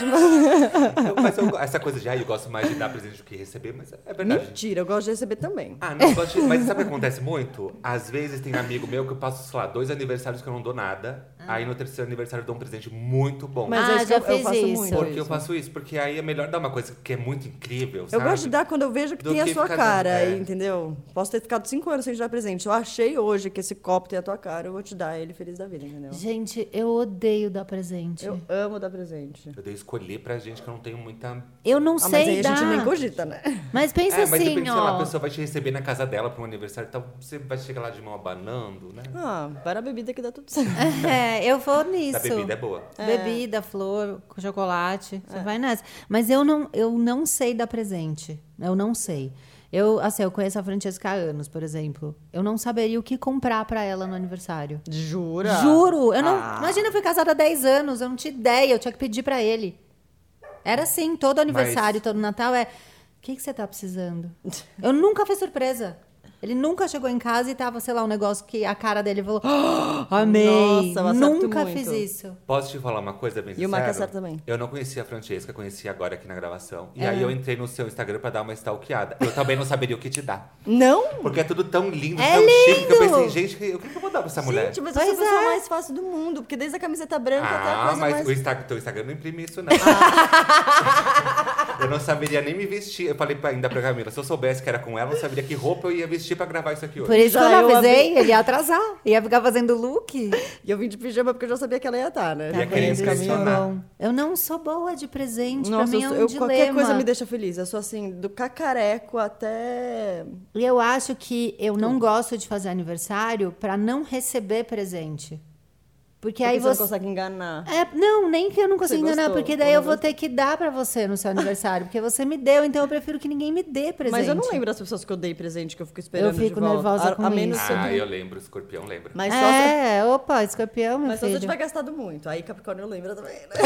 Eu- mas eu- essa coisa de, ah, eu gosto mais de dar presente do que receber, mas é verdade. Mentira, eu gosto de receber também. Ah, não, eu gosto de- mas sabe o que acontece muito? Às vezes tem amigo meu que eu passo, sei lá, dois aniversários que eu não dou nada. Aí no terceiro aniversário eu dou um presente muito bom. Mas Ah, é isso que já eu, eu fiz faço isso. muito. Por que isso. eu faço isso? Porque aí é melhor dar uma coisa que é muito incrível, Eu sabe? gosto de dar quando eu vejo que Do tem a que sua ficar cara, dando, é. aí, entendeu? Posso ter ficado cinco anos sem te dar presente. Eu achei hoje que esse copo tem a tua cara, eu vou te dar ele feliz da vida, entendeu? Gente, eu odeio dar presente. Eu Eu, amo dar presente. Eu dei escolher pra gente que eu não tenho muita... não Ah, sei mas aí dar. a gente nem cogita, né? Mas pensa é, mas assim, depende, sei lá, a ó. pessoa vai te receber na casa dela pra um aniversário, então você vai chegar lá de mão abanando, né? Ah, para a bebida que dá tudo certo. É, eu vou nisso. A bebida é boa. Bebida, flor, chocolate, você vai nessa. Mas eu não, eu não sei dar presente. Eu não sei. Eu, assim, eu conheço a Francesca há anos, por exemplo. Eu não saberia o que comprar pra ela no aniversário. Jura? Juro! Eu não, Ah. Imagina, eu fui casada há dez anos, eu não tinha ideia, eu tinha que pedir pra ele. Era assim, todo aniversário, Mas- todo Natal é... O que, que você tá precisando? Eu nunca fiz surpresa. Ele nunca chegou em casa e tava, sei lá, um negócio que a cara dele falou, oh, amei, Nossa, eu acerto nunca muito. fiz isso. Posso te falar uma coisa bem E o sincero? Mark acerta também. Eu não conhecia a Francesca, conheci agora aqui na gravação. E É. aí eu entrei no seu Instagram pra dar uma stalkeada. Eu também não saberia o que te dar. Não? Porque é tudo tão lindo, É tão chique, que eu lindo! pensei, gente, o que, que eu vou dar pra essa mulher? Gente, mas eu sou a Pois pessoa é. mais fácil do mundo. Porque desde a camiseta branca até a Ah, coisa mas mais... o Instagram, teu Instagram não imprime isso, não. Eu não saberia nem me vestir. Eu falei pra, ainda pra Camila, se eu soubesse que era com ela, eu não saberia que roupa eu ia vestir pra gravar isso aqui hoje. Por isso Já que eu não eu avisei, ele ia atrasar. Ia ficar fazendo look. E eu vim de pijama porque eu já sabia que ela ia estar, né? Ia Já querer conheço o caminho. impressionar. Bom, eu não sou boa de presente, Nossa, pra mim eu, é sou- um eu- dilema. qualquer coisa me deixa feliz. Eu sou assim, do cacareco até... E eu acho que eu não gosto de fazer aniversário pra não receber presente. Porque, Porque aí você não você... consegue enganar. É, não, nem que eu não consiga Você enganar, gostou, porque daí ou eu não vou gostou? ter que dar pra você no seu aniversário, porque você me deu, então eu prefiro que ninguém me dê presente. Mas eu não lembro das pessoas que eu dei presente que eu fico esperando Eu fico de volta. nervosa a, com a menos isso. se eu- Ah, eu lembro, escorpião lembra. Mas só se... É, opa, escorpião, meu Mas só se eu filho. tiver gastado muito. Aí Capricórnio lembra também, né?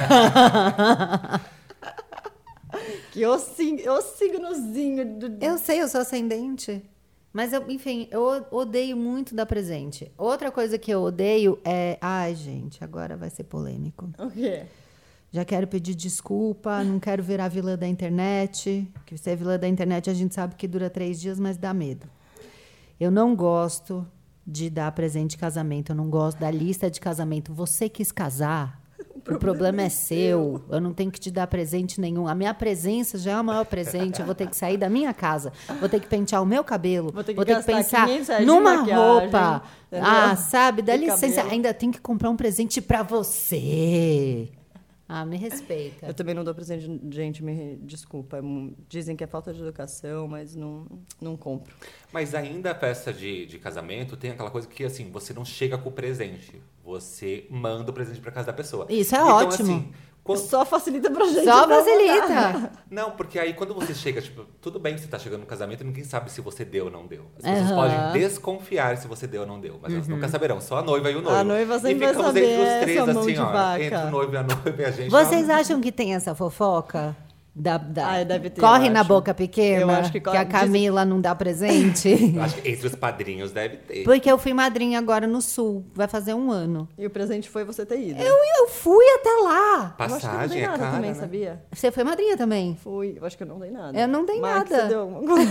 que o, sig... o signozinho do... Eu sei, eu sou ascendente. Mas, eu, enfim, eu odeio muito dar presente. Outra coisa que eu odeio é... Ai, gente, agora vai ser polêmico. O quê? Já quero pedir desculpa, não quero virar vilã da internet. Que ser vilã da internet a gente sabe que dura três dias, mas dá medo. Eu não gosto de dar presente de casamento. Eu não gosto da lista de casamento. Você quis casar? O problema é seu. Eu não tenho que te dar presente nenhum. A minha presença já é o maior presente. Eu vou ter que sair da minha casa. Vou ter que pentear o meu cabelo. Vou ter que vou ter que gastar pensar quinhentos reais de numa maquiagem, roupa. entendeu? Ah, sabe? Dá De licença. cabelo. Ainda tem que comprar um presente pra você. Ah, me respeita. Eu também não dou presente, gente, me desculpa. é mu- Dizem que é falta de educação, mas não, não compro. Mas ainda a festa de, de casamento tem aquela coisa que, assim, você não chega com o presente. Você manda o presente pra casa da pessoa. Isso é Então, ótimo. assim, quando- Só facilita pra gente. Só não facilita. mandar. Não, porque aí quando você chega, tipo, tudo bem que você tá chegando no casamento, ninguém sabe se você deu ou não deu. As pessoas Aham. podem desconfiar se você deu ou não deu, mas elas nunca saberão, só a noiva e o noivo. A noiva sempre e vai ficamos saber entre os três, essa mão assim, de ó, vaca. entre o noivo e a noiva e a gente. Vocês ó, acham que tem essa fofoca? Da, da- Ah, deve ter, corre eu na acho. boca pequena? Eu acho que que corre- a Camila não dá presente? Acho que entre os padrinhos deve ter. Porque eu fui madrinha agora no Sul. Vai fazer um ano. E o presente foi você ter ido. Eu, eu fui até lá. Eu acho que eu não Passagem dei é nada cara, também, né? sabia? Você foi madrinha também? Fui. Eu acho que eu não dei nada. Eu não dei Mark, nada. Você deu alguma coisa?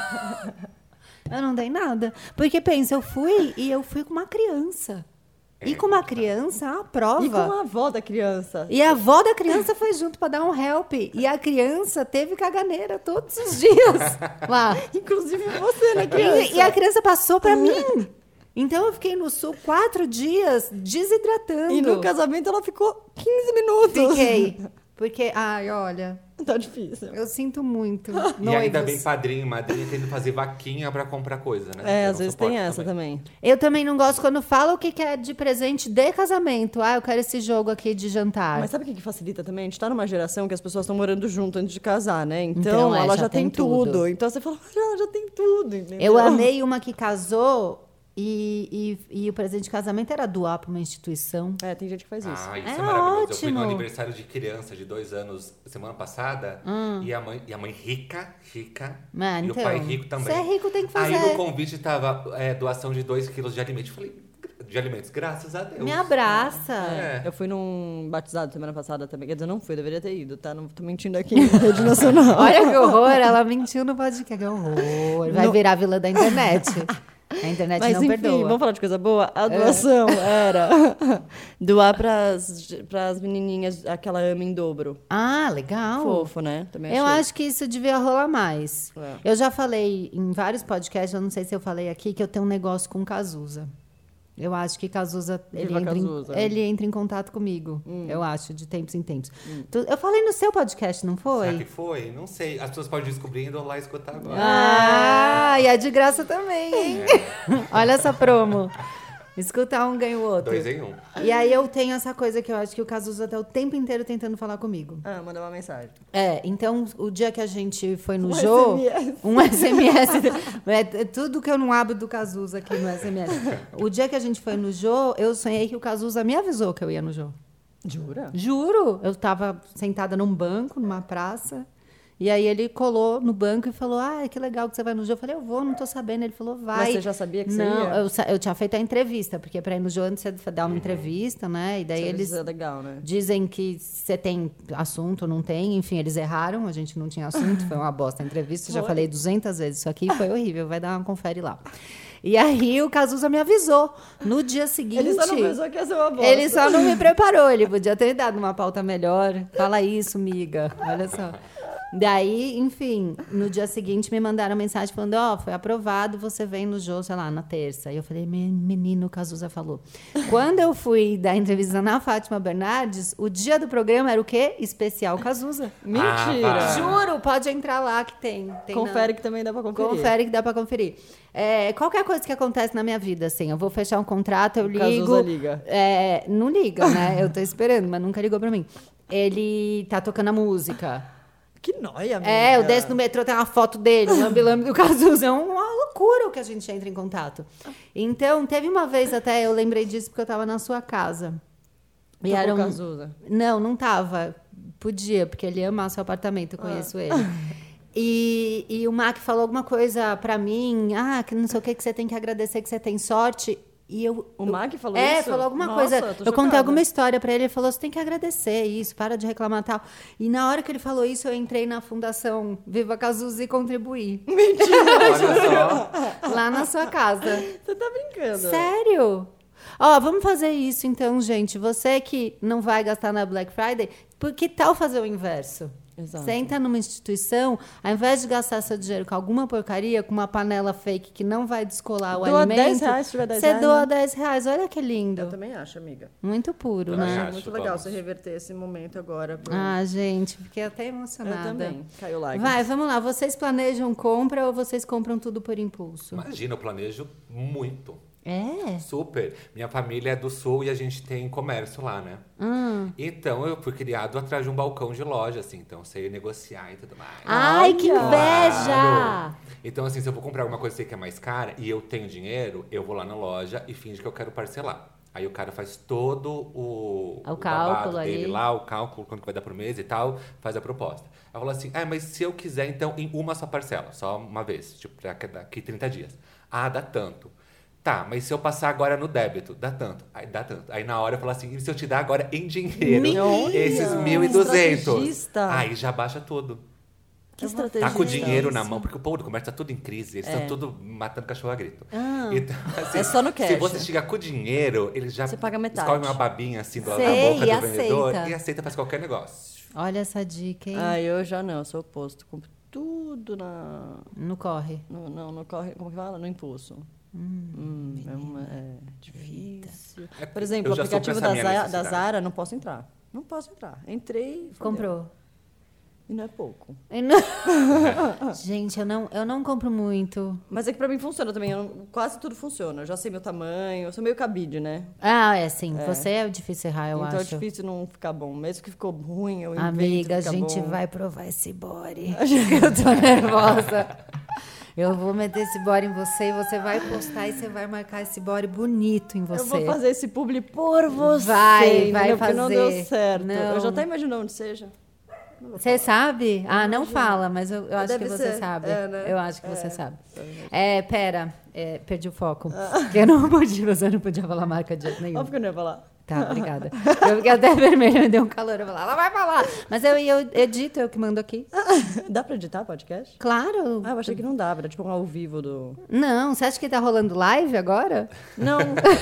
Eu não dei nada. Porque, pensa, eu fui e eu fui com uma criança. E com uma criança, a prova. E com a avó da criança. E a avó da criança foi junto pra dar um help. E a criança teve caganeira todos os dias lá. Inclusive você, né, criança? E, e a criança passou pra mim. Então eu fiquei no sul quatro dias desidratando. E no casamento ela ficou quinze minutos. Fiquei. Porque, ai, olha, Tá difícil. eu sinto muito. E ainda Noivos. bem padrinho e madrinha tendo que fazer vaquinha pra comprar coisa, né? É, Eu às não vezes suporto tem essa também. Eu também não gosto quando fala o que que é de presente de casamento. Ah, eu quero esse jogo aqui de jantar. Mas sabe o que que facilita também? A gente tá numa geração que as pessoas estão morando junto antes de casar, né? Então, Então, é, ela já já, tem, tem tudo. tudo. Então você fala, "Ah, ela já tem tudo, entendeu? Eu amei uma que casou e, e, e o presente de casamento era doar pra uma instituição. É, tem gente que faz isso. Ah, isso É é, maravilhoso. Eu fui no ótimo. aniversário de criança de dois anos semana passada e, a mãe, e a mãe rica, rica, Ah, e então, o pai rico também. se é rico, tem que fazer. Aí no convite tava é, doação de dois quilos de alimentos. Eu falei, de alimentos, graças a Deus. Me abraça. É. Eu fui num batizado semana passada também. Quer dizer, eu não fui, eu deveria ter ido, tá? Não tô mentindo aqui em rede nacional. Olha que horror, ela mentiu no podcast. Que horror. Vai Não. virar vilã da internet. A internet Mas não enfim, perdoa. vamos falar de coisa boa? A doação era doar pras, pras menininhas aquela ama em dobro. Ah, legal. Fofo, né? Também Eu achei. acho que isso devia rolar mais. É. Eu já falei em vários podcasts, eu não sei se eu falei aqui, que eu tenho um negócio com Cazuza. Eu acho que Cazuza, ele, Viva entra, Cazuza. Em, ele entra em contato comigo. Eu acho, de tempos em tempos. Tu- Eu falei no seu podcast, não foi? Será que foi? Não sei. As pessoas podem descobrir indo lá escutar agora. Ah, e é de graça também, hein? Olha essa promo. Escuta um, ganha o outro. Dois em um. E aí eu tenho essa coisa que eu acho que o Cazuza tá o tempo inteiro tentando falar comigo. Ah, mandar uma mensagem. É, então o dia que a gente foi no Um Jô, S M S. um S M S, é, é tudo que eu não abro do Cazuza aqui no S M S. O dia que a gente foi no Jô, eu sonhei que o Cazuza me avisou que eu ia no Jô. Jura? Juro, eu tava sentada num banco, numa praça, E aí ele colou no banco e falou, ah, que legal que você vai no Jô. Eu falei, eu vou, não tô sabendo. Ele falou, vai. Mas você já sabia que você não, ia? Eu, sa- eu tinha feito a entrevista, porque para ir no Jô antes você dá uma entrevista, né? E daí Isso eles é legal, né? dizem que você tem assunto, não tem. Enfim, eles erraram, a gente não tinha assunto, foi uma bosta a entrevista. Já Foi. falei duzentas vezes isso aqui, foi horrível, vai dar uma confere lá. E aí o Cazuza me avisou. No dia seguinte... Ele só não pensou que ia ser uma bosta. Ele só não me preparou, ele podia ter me dado uma pauta melhor. Fala isso, miga. Olha só. Daí, enfim, no dia seguinte me mandaram mensagem falando, ó, oh, foi aprovado, você vem no Jô, sei lá, na terça. E eu falei, menino, o Cazuza falou. Quando eu fui dar entrevista na Fátima Bernardes, o dia do programa era o quê? Especial Cazuza. Mentira! Ah, Juro, pode entrar lá que tem. tem Confere na... que também dá pra conferir. Confere que dá pra conferir. É, qualquer coisa que acontece na minha vida, assim, eu vou fechar um contrato, eu O ligo. Cazuza liga. É, não liga, né? Eu tô esperando, mas nunca ligou pra mim. Ele tá tocando a música. Que nóia, amiga. É, eu desço no metrô, tem uma foto dele, o lambe-lambe do Cazuza. É uma loucura o que a gente entra em contato. Então, teve uma vez até, eu lembrei disso porque eu tava na sua casa. E Tocou era um... Cazuza. Não, não tava. Podia, porque ele ia amar seu apartamento, eu conheço ele. E, e o Mac falou alguma coisa pra mim, ah, que não sei o que, que você tem que agradecer, que você tem sorte. E eu, O Mac falou é, isso? falou alguma Nossa, coisa. tô Eu chocada. contei alguma história pra ele, ele falou, você tem que agradecer isso, para de reclamar tal. E na hora que ele falou isso, eu entrei na Fundação Viva Cazuza e contribuí. Olha só. Lá na sua casa. Você tá brincando. Sério? Ó, vamos fazer isso então, gente. Você que não vai gastar na Black Friday, por que tal fazer o inverso? Exato. Você entra numa instituição, ao invés de gastar seu dinheiro com alguma porcaria, com uma panela fake que não vai descolar o Doa alimento, dez reais se tiver dez você reais, doa né? dez reais. Olha que lindo. Eu também acho, amiga. Muito puro, Eu né? acho. Muito legal vamos. você reverter esse momento agora. pro- Ah, gente, fiquei até Eu emocionada. também. Caiu like. Vai, vamos lá. Vocês planejam compra ou vocês compram tudo por impulso? Imagina, eu planejo muito. É? Super. Minha família é do sul e a gente tem comércio lá, né? Hum. Então eu fui criado atrás de um balcão de loja, assim. Então eu sei negociar e tudo mais. Ai, que Olha! inveja! Claro. Então, assim, se eu vou comprar alguma coisa que eu sei que é mais cara e eu tenho dinheiro, eu vou lá na loja e finge que eu quero parcelar. Aí o cara faz todo o, O o cálculo babado dele ali. lá, o cálculo, quanto que vai dar por mês e tal, faz a proposta. Aí eu falo assim, ah, mas se eu quiser, então, em uma só parcela, só uma vez, tipo, daqui- daqui trinta dias. Ah, dá tanto. Tá, mas se eu passar agora no débito, dá tanto. Aí dá tanto. Aí na hora eu falo assim, e se eu te dar agora em dinheiro? Menina, esses mil e duzentos. estrategista. Aí já baixa tudo. Que estratégia. Tá com o dinheiro na isso. mão, porque o povo do comércio tá tudo em crise, eles estão tudo matando cachorro a grito. Ah. Então, assim, É só no cash. se você chegar com o dinheiro, eles já Você paga metade. escolhem uma babinha assim do, da Sei, boca e do vendedor aceita. e aceita, faz qualquer negócio. Olha essa dica, hein? Ah, eu já não, eu sou oposto. Compro tudo na. Não corre. No, não, no corre. Como que fala? No impulso. Hum, é, uma, é difícil. É, Por exemplo, eu o já sou aplicativo pra da, essa minha Zara, da necessidade. Zara, não posso entrar. Não posso entrar. Entrei. fodeu. Comprou. E não é pouco. Eu não- Gente, eu não, eu não compro muito. Mas é que pra mim funciona também. eu não- quase tudo funciona. Eu já sei meu tamanho. Eu sou meio cabide, né? Ah, é sim. Você é difícil errar, eu então acho. é difícil não ficar bom. Mesmo que ficou ruim, eu invento Amiga, a ficar gente bom. vai provar esse body. Eu tô nervosa. Eu vou meter esse body em você e você vai postar e você vai marcar esse body bonito em você. Eu vou fazer esse publi por você. Vai, vai entendeu? Porque não deu fazer. certo. Não. Eu já até imaginando onde seja. Você sabe? Ah, não fala, mas eu, eu acho que Deve você ser. sabe. É, né? Eu acho que É. você sabe. É, pera, é, perdi o foco. Porque eu não podia, você não podia falar marca de jeito nenhum. Óbvio que eu não ia falar. Tá, obrigada. Eu fiquei até vermelha, me deu um calor. Eu falei, ela vai falar. Mas eu, eu edito, eu que mando aqui. Dá pra editar podcast? Claro. Ah, eu achei que não dava. Era tipo um ao vivo do... Não, você acha que tá rolando live agora? Não.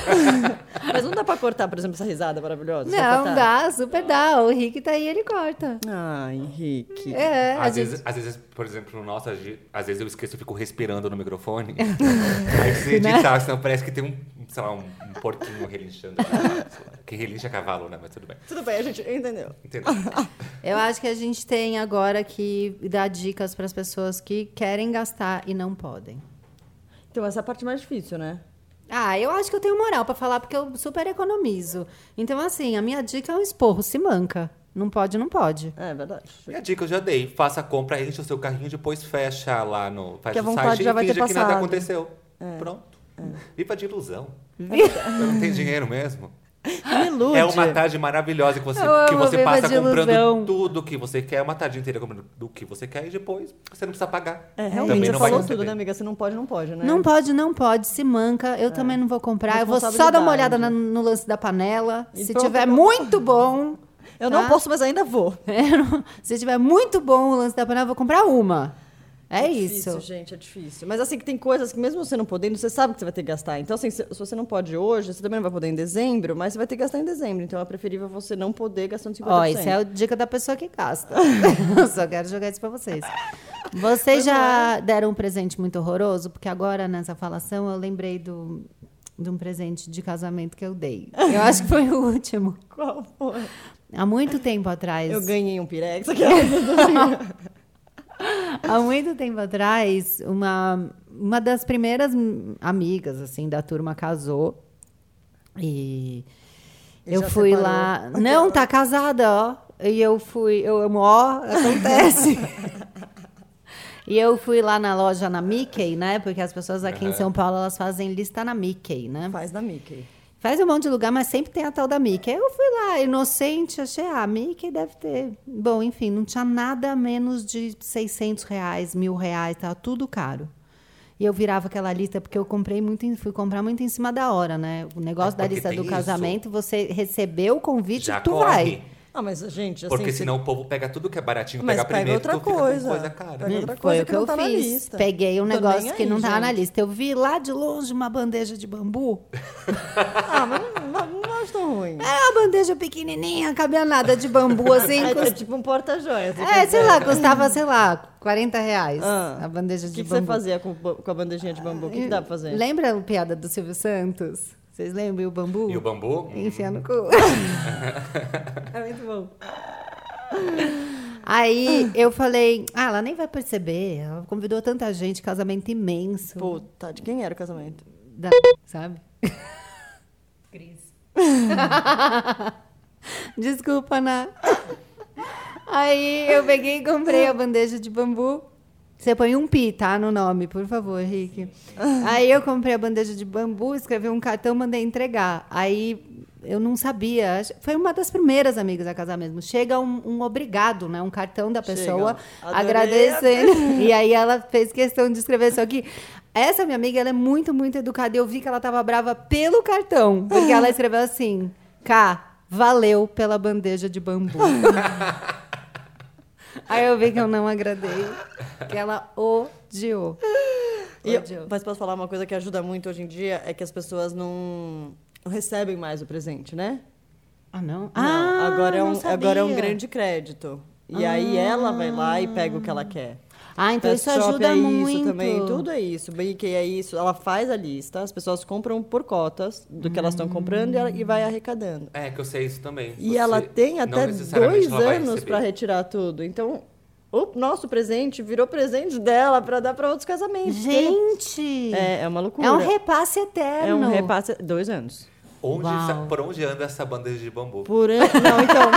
Mas não dá pra cortar, por exemplo, essa risada maravilhosa? Só Não, cortar? dá, super dá. O Henrique tá aí, ele corta. Ah, Henrique. É, a Às gente... vezes, às vezes, por exemplo, no nosso, agi- às vezes eu esqueço, eu fico respirando no microfone. Aí se Né? editar, senão parece que tem um, sei lá, um, um porquinho relinchando. Sei lá, que relincha a cavalo, né? Mas tudo bem. Tudo bem, a gente entendeu. Entendeu? Eu acho que a gente tem agora que dar dicas para as pessoas que querem gastar e não podem. Então, essa é a parte mais difícil, né? Ah, eu acho que eu tenho moral para falar porque eu super economizo. Então, assim, a minha dica é um esporro, se manca. Não pode, não pode. É verdade. Minha dica eu já dei. Faça a compra, enche o seu carrinho, depois fecha lá no. Fecha Que a o vontade site já e vai ter finge que nada passado. aconteceu. Pronto. Viva de ilusão. Vi- Eu não tenho dinheiro mesmo. Me ilude. É uma tarde maravilhosa que você, Eu amo que você viver passa de comprando ilusão. tudo que você quer, uma tarde inteira comprando o que você quer e depois você não precisa pagar. É, Também realmente, você não vai falou receber. tudo, né, amiga? Você não pode, não pode, né? Não pode, não pode. Se manca. Eu também não vou comprar. Eu vou só dar uma olhada na- no lance da panela. E Se pronto, tiver acabou. muito bom... Eu tá? não posso, mas ainda vou. Eu não- Se tiver muito bom o lance da panela, eu vou comprar uma. É, difícil, isso. gente, é difícil. Mas assim, que tem coisas que mesmo você não podendo, você sabe que você vai ter que gastar. Então, assim, se, se você não pode hoje, você também não vai poder em dezembro, mas você vai ter que gastar em dezembro. Então, é preferível você não poder gastando cinquenta Ó, por cento. isso é a dica da pessoa que gasta. Eu só quero jogar isso pra vocês. Vocês já deram um presente muito horroroso? Porque agora, nessa falação, eu lembrei do, de um presente de casamento que eu dei. Eu acho que foi o último. Qual foi? Há muito tempo atrás. Eu ganhei um Pirex. Há muito tempo atrás, uma, uma das primeiras amigas, assim, da turma casou. E E eu já fui separou. lá... Não, tá casada, ó. E eu fui... Eu amo, ó, acontece. E eu fui lá na loja na Mickey, né? Porque as pessoas aqui em São Paulo, elas fazem lista na Mickey, né? Faz da Mickey. Faz um monte de lugar, mas sempre tem a tal da Mickey. Aí eu fui lá, inocente, achei, ah, a Mickey deve ter... Bom, enfim, não tinha nada menos de seiscentos reais, mil reais, tava tudo caro. E eu virava aquela lista, porque eu comprei muito, em- fui comprar muito em cima da hora, né? O negócio É, da porque lista tem do isso. casamento, você recebeu o convite, Já tu corre. vai. Ah, mas, gente, assim... Porque você- senão o povo pega tudo que é baratinho, Mas pega pega primeiro, outra tu fica coisa. com coisa cara. Pega outra Foi coisa o que que não eu tá na fiz. lista. Peguei um Tô negócio nem que aí, não tava na gente. lista. Eu vi lá de longe uma bandeja de bambu. Ah, mas não, não, não acho tão ruim. É uma bandeja pequenininha, cabia nada de bambu, assim. É, é cust- tipo um porta-joias. É, sei lá, custava, sei lá, quarenta reais Ah. a bandeja O de que, que bambu. você fazia com, o- com a bandejinha de bambu? O que, que dá pra fazer? Lembra a piada do Silvio Santos? Vocês lembram o bambu? E o bambu? Enfia no cu. É muito bom. Aí eu falei, ah, ela nem vai perceber. Ela convidou tanta gente, casamento imenso. Puta, de quem era o casamento? Da... Sabe? Cris. Desculpa, Ana. Aí eu peguei e comprei a bandeja de bambu. Você põe um pi, tá? No nome, por favor, Rick. Aí eu comprei a bandeja de bambu, escrevi um cartão, mandei entregar. Aí eu não sabia. acho- Foi uma das primeiras amigas a casar mesmo. Chega um, um obrigado, né? Um cartão da pessoa Chega. Adorei. agradecendo. E aí ela fez questão de escrever isso aqui. Essa minha amiga, ela é muito, muito educada. E eu vi que ela tava brava pelo cartão. Porque ela escreveu assim: Cá, valeu pela bandeja de bambu. Aí eu vi que eu não agradei. Que ela odiou. E eu- Odiou. mas posso falar uma coisa que ajuda muito hoje em dia? É que as pessoas não, não recebem mais o presente, né? Ah, não? Não, Ah, agora, é não um, sabia. agora é um grande crédito. E aí ela vai lá e pega o que ela quer. Ah, então Pet isso Shop ajuda é muito. isso também, tudo é isso. Mickey é isso. Ela faz a lista, as pessoas compram por cotas do que elas estão comprando e, ela, e vai arrecadando. É, que eu sei isso também. E Você ela tem não até necessariamente dois ela vai anos receber. para retirar tudo. Então, o nosso presente virou presente dela para dar para outros casamentos. Gente! É, é uma loucura. É um repasse eterno. É um repasse. Dois anos. Onde, Uau. sa- por onde anda essa bandeja de bambu? Por an... Não, então.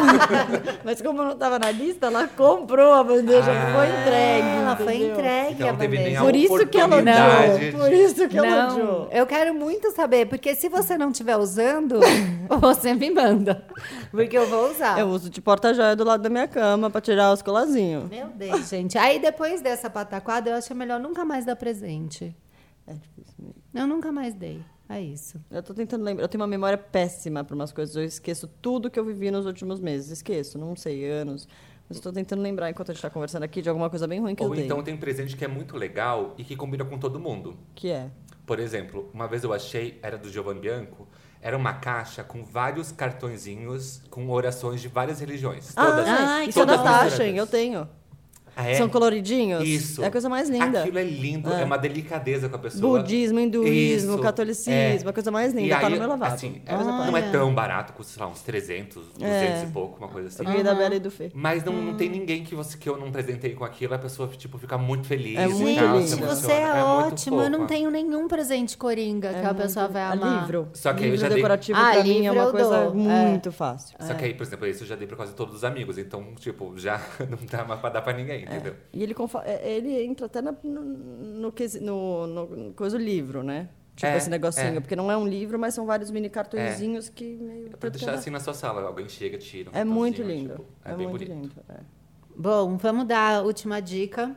Mas como não estava na lista, ela comprou a bandeja, Ah. foi entregue. Ela foi entendeu? entregue Então a não teve nem bandeja. a Por isso que ela oportunidade odiou. de- Por isso que ela Não, odiou. eu quero muito saber, porque se você não estiver usando, você me manda. Porque eu vou usar. Eu uso de porta-joia do lado da minha cama para tirar os colazinhos. Meu Deus, gente. Aí depois dessa pataquada, eu acho melhor nunca mais dar presente. É difícil mesmo. Eu nunca mais dei. É isso. Eu tô tentando lembrar. Eu tenho uma memória péssima para umas coisas. Eu esqueço tudo que eu vivi nos últimos meses. Esqueço, não sei, anos. Mas eu tô tentando lembrar, enquanto a gente tá conversando aqui, de alguma coisa bem ruim que Ou eu dei. então tem presente que é muito legal e que combina com todo mundo. Que é? Por exemplo, uma vez eu achei, era do Giovanni Bianco, era uma caixa com vários cartõezinhos com orações de várias religiões. Todas, Ah, Ai, isso é todas da Tasha, misturadas. eu tenho. Ah, é? São coloridinhos? Isso. É a coisa mais linda. Aquilo é lindo, é, É. uma delicadeza com a pessoa. Budismo, hinduísmo, Isso, catolicismo, é. a coisa mais linda. E Tá aí, no meu lavabo. assim, é- Coisa não pra- é tão barato, custa, sei lá, uns trezentos, duzentos É. e pouco, uma coisa assim. Eu ganhei da Bela e do Fê. Mas não, não tem ninguém que, você, que eu não presentei com aquilo, a pessoa, tipo, fica muito feliz. É e muito tal, lindo. se Gente, emociona. você é, muito ótimo. Eu não fofa. tenho nenhum presente coringa que a pessoa vai É amar. livro. Só que aí eu livro já dei- decorativo Ah, pra mim é livro uma eu coisa dou, muito fácil. Só que aí, por exemplo, esse eu já dei pra quase todos os amigos. Então, tipo, já não dá mais pra dar pra ninguém, entendeu? E ele, confa- é, ele entra até na- no, no, quesi- no, no coisa do livro, né? Tipo É, esse negocinho. é. Porque não é um livro, mas são vários mini cartõezinhos que meio... É pra deixar assim na sua sala. Alguém chega, tira um É muito cartãozinho, lindo. tipo, é, é bem muito bonito. lindo. É. Bom, vamos dar a última dica.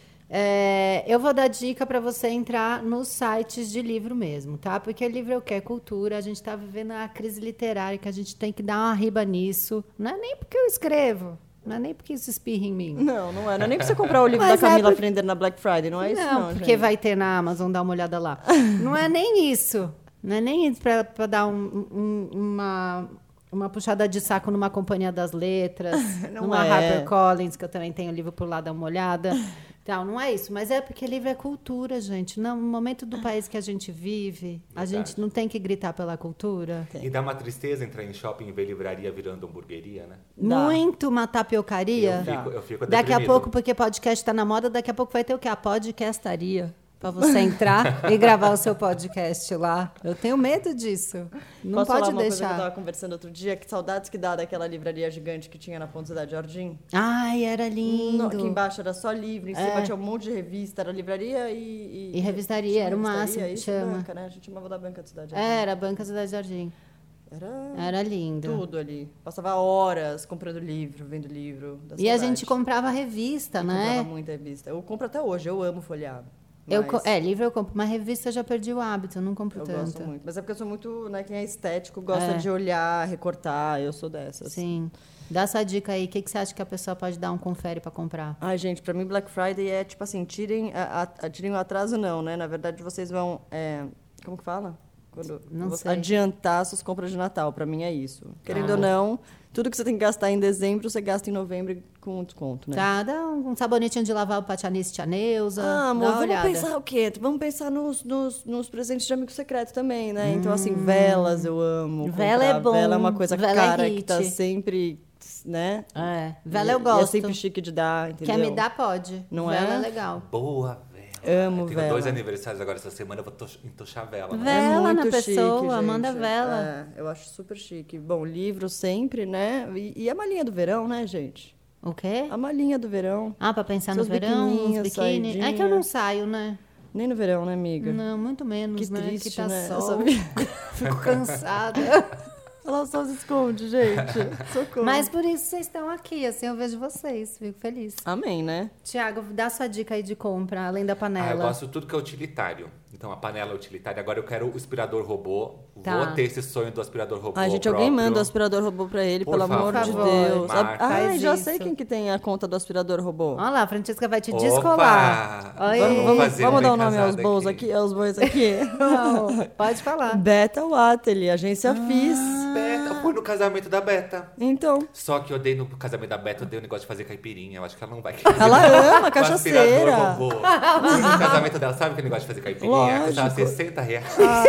É, eu vou dar dica para você entrar nos sites de livro mesmo, tá? Porque livro é o que? É cultura. A gente tá vivendo a crise literária que a gente tem que dar uma riba nisso. Não é nem porque eu escrevo. Não é nem porque isso espirra em mim. Não, não é. Não é nem pra você comprar o livro Mas da Camila é por- Frender na Black Friday. Não é isso, não, Não, porque gente. vai ter na Amazon, dá uma olhada lá. Não é nem isso. Não é nem isso para dar um- um- uma, uma puxada de saco numa Companhia das Letras, Não numa é. HarperCollins, que eu também tenho livro por lá, dá uma olhada. Então, não é isso. Mas é porque livro é cultura, gente. No momento do país que a gente vive, a Verdade. gente não tem que gritar pela cultura. E dá uma tristeza entrar em shopping e ver livraria virando hamburgueria, né? Dá. Muito uma tapiocaria. Eu fico, eu fico Daqui a deprimido. pouco, porque podcast está na moda, daqui a pouco vai ter o quê? A podcastaria. Para você entrar e gravar o seu podcast lá. Eu tenho medo disso. Não Posso falar pode uma coisa que eu deixar. tava conversando outro dia? Que saudades que dá daquela livraria gigante que tinha na Ponte Cidade Jardim. Ai, era No, lindo. aqui embaixo era só livro, em É. cima tinha um monte de revista. Era livraria e... E revistaria, chama era o revistaria, máximo, isso, chama. Banca, né? A gente chamava da Banca da Cidade Jardim. Era, Banca Cidade Jardim. Era Era lindo. tudo ali. Passava horas comprando livro, vendo livro. da E a saudade. gente comprava revista, Eu né? comprava muita revista. Eu compro até hoje, eu amo folhear. Eu, Mas co- é, livro eu compro, mas revista eu já perdi o hábito, eu não compro eu tanto. gosto muito. Mas é porque eu sou muito, né, quem é estético, gosta É. de olhar, recortar, eu sou dessas. Sim. Dá essa dica aí, o que, que você acha que a pessoa pode dar um confere para comprar? Ai, gente, pra mim Black Friday é tipo assim, tirem, a, a- tirem o atraso não, né? Na verdade, vocês vão, é, como que fala? Quando Não você sei. adiantar suas compras de Natal, pra mim é isso. Querendo Ah. ou não, tudo que você tem que gastar em dezembro, você gasta em novembro com desconto, né? Tá, dá um sabonetinho de lavar o Patianice Tia Neuza. Ah, amor, dá uma vamos olhada. pensar o quê? Vamos pensar nos, nos, nos presentes de amigo secreto também, né? Então, assim, velas eu amo. Vela comprar. é bom, Vela é uma coisa vela é cara que tá hit. sempre, né? É, vela E- eu e gosto. é sempre chique de dar, entendeu? Quer me dar, pode. Não vela é? é legal. Boa vela. Amo Eu tenho vela. dois aniversários agora essa semana, eu vou to- entochar vela. né? Vela É na muito pessoa, chique, manda gente. vela. É, eu acho super chique. Bom, livro sempre, né? E, e a malinha do verão, né, gente? O quê? A malinha do verão. Ah, pra pensar Seus no verão, uns biquininhos, biquíni. É que eu saidinha. não saio, né? Nem no verão, né, amiga? Não, muito menos, Que né? triste, que tá né? sol. Essa vida. Fico cansada. Ela só se esconde, gente. Socorro. Mas por isso vocês estão aqui, assim eu vejo vocês. Fico feliz. Amém, né? Tiago, dá sua dica aí de compra, além da Ah, eu panela. gosto de tudo que é utilitário. Então, a panela é utilitária. Agora eu quero o aspirador robô. Tá. Vou ter esse sonho do aspirador robô Ai, gente, próprio. alguém manda o aspirador robô pra ele, Por pelo amor favor. de Por favor, Deus. marca. Ai, Faz já isso. sei quem que tem a conta do aspirador robô. Olha lá, a Francesca vai te Opa! descolar. Oi. Vamos, Vamos vamos, fazer vamos um dar o bem nome aos casado bons aqui. aqui, aos bois aqui. Não, pode falar. Beta Watley, agência Ah. Fis. Beta, fui no casamento da Beta. Então, Só que eu dei no casamento da Beta, eu dei o negócio de fazer caipirinha. Eu acho que ela não vai. ela ama O cachaceira. aspirador robô. Fui no casamento dela, sabe aquele negócio de fazer caipirinha? Custava Lógico. sessenta reais.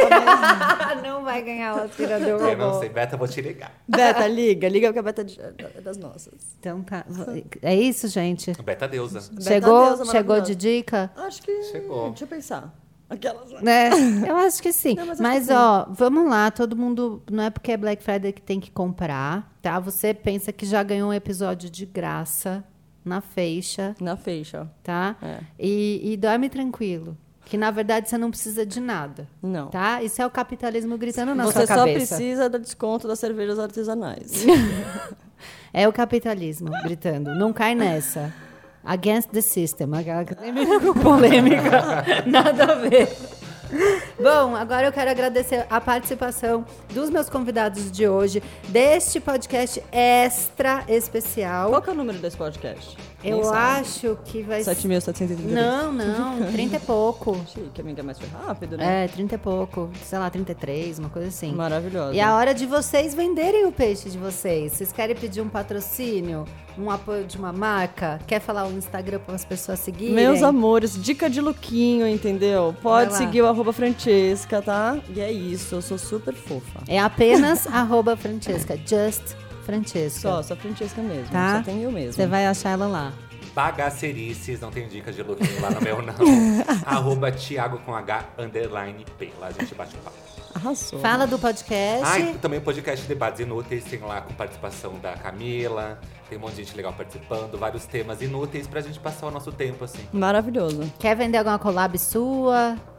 Não vai ganhar o aspirador Eu não robô. sei, Beta, eu vou te ligar. Beta, liga, liga que a Beta é das nossas. Então tá. É isso, gente. Beta deusa. Chegou, deusa chegou maravilhosa. de dica? Acho que. Chegou. Deixa eu pensar. Aquelas. Né? Eu acho que sim. Não, mas acho mas, que sim. ó, vamos lá, todo mundo. Não é porque é Black Friday que tem que comprar, tá? Você pensa que já ganhou um episódio de graça na feixa, Na feixa. tá? É. E, e dorme tranquilo. Que na verdade você não precisa de nada. Não. Tá? Isso é o capitalismo gritando na Você sua só cabeça. precisa do desconto das cervejas artesanais. É o capitalismo gritando. Não cai nessa. Against the system. Aquela que termina com polêmica. Nada a ver. Bom, agora eu quero agradecer a participação dos meus convidados de hoje, deste podcast extra especial. Qual que é o número desse podcast? Eu Nem sabe. acho que vai ser. sete mil setecentos e trinta e três. Não, não, trinta e pouco. Chique, amiga, mas foi rápido, né? É, trinta e pouco. Sei lá, trinta e três, uma coisa assim. Maravilhosa. E é a hora de vocês venderem o peixe de vocês. Vocês querem pedir um patrocínio? Um apoio de uma marca? Quer falar o Instagram para as pessoas seguirem? Meus amores, dica de lookinho, entendeu? Pode Vai lá. seguir o arroba Francesca, tá? E é isso, eu sou super fofa. É apenas arroba Francesca. Just Francesca. Só, sou a Francesca mesmo. Tá? Só tem eu mesmo. Você vai achar ela lá. Bagacerices, não tem dicas de lookinho lá no meu, não. Arroba Thiago com H, underline P. Lá a gente bate um papo. Arrasou. Fala do podcast. Ah, e também o podcast Debates Inúteis, tem lá com participação da Camila, tem um monte de gente legal participando, vários temas inúteis pra gente passar o nosso tempo, assim. Maravilhoso. Quer vender alguma collab sua?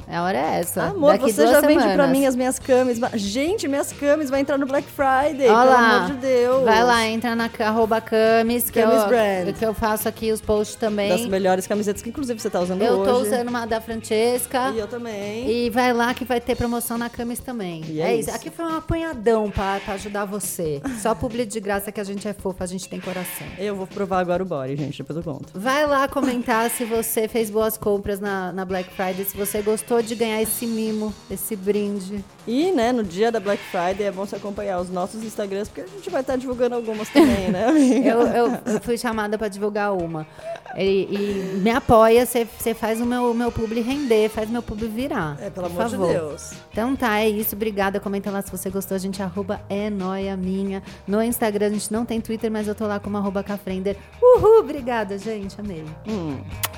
A hora é essa. Amor, Daqui você duas já semanas. vende pra mim as minhas camis. Gente, minhas camis vai entrar no Black Friday, Olha pelo lá. amor de Deus. Vai lá, entra na arroba Camis, que, Camis eu, Brand. que eu faço aqui os posts também. Das melhores camisetas que inclusive você tá usando Eu hoje. tô usando uma da Francesca. E eu também. E vai lá que vai ter promoção na Camis também. E é é isso. isso. Aqui foi um apanhadão pra, pra ajudar você. Só publi de graça que a gente é fofa, a gente tem coração. Eu vou provar agora o body, gente, depois eu conto. Vai lá comentar se você fez boas compras na, na Black Friday, se você gostou de ganhar esse mimo, esse brinde. E, né, no dia da Black Friday é bom você acompanhar os nossos Instagrams, porque a gente vai estar divulgando algumas também, né, amiga? Eu, eu, eu fui chamada pra divulgar uma. E, e me apoia, você faz o meu, meu publi render, faz meu publi virar. É, pelo por amor favor. de Deus. Então tá, é isso. Obrigada. Comenta lá se você gostou. A gente arroba é noia minha. No Instagram a gente não tem Twitter, mas eu tô lá como arroba cafrender. Uhul, obrigada, gente. Amei. Hum.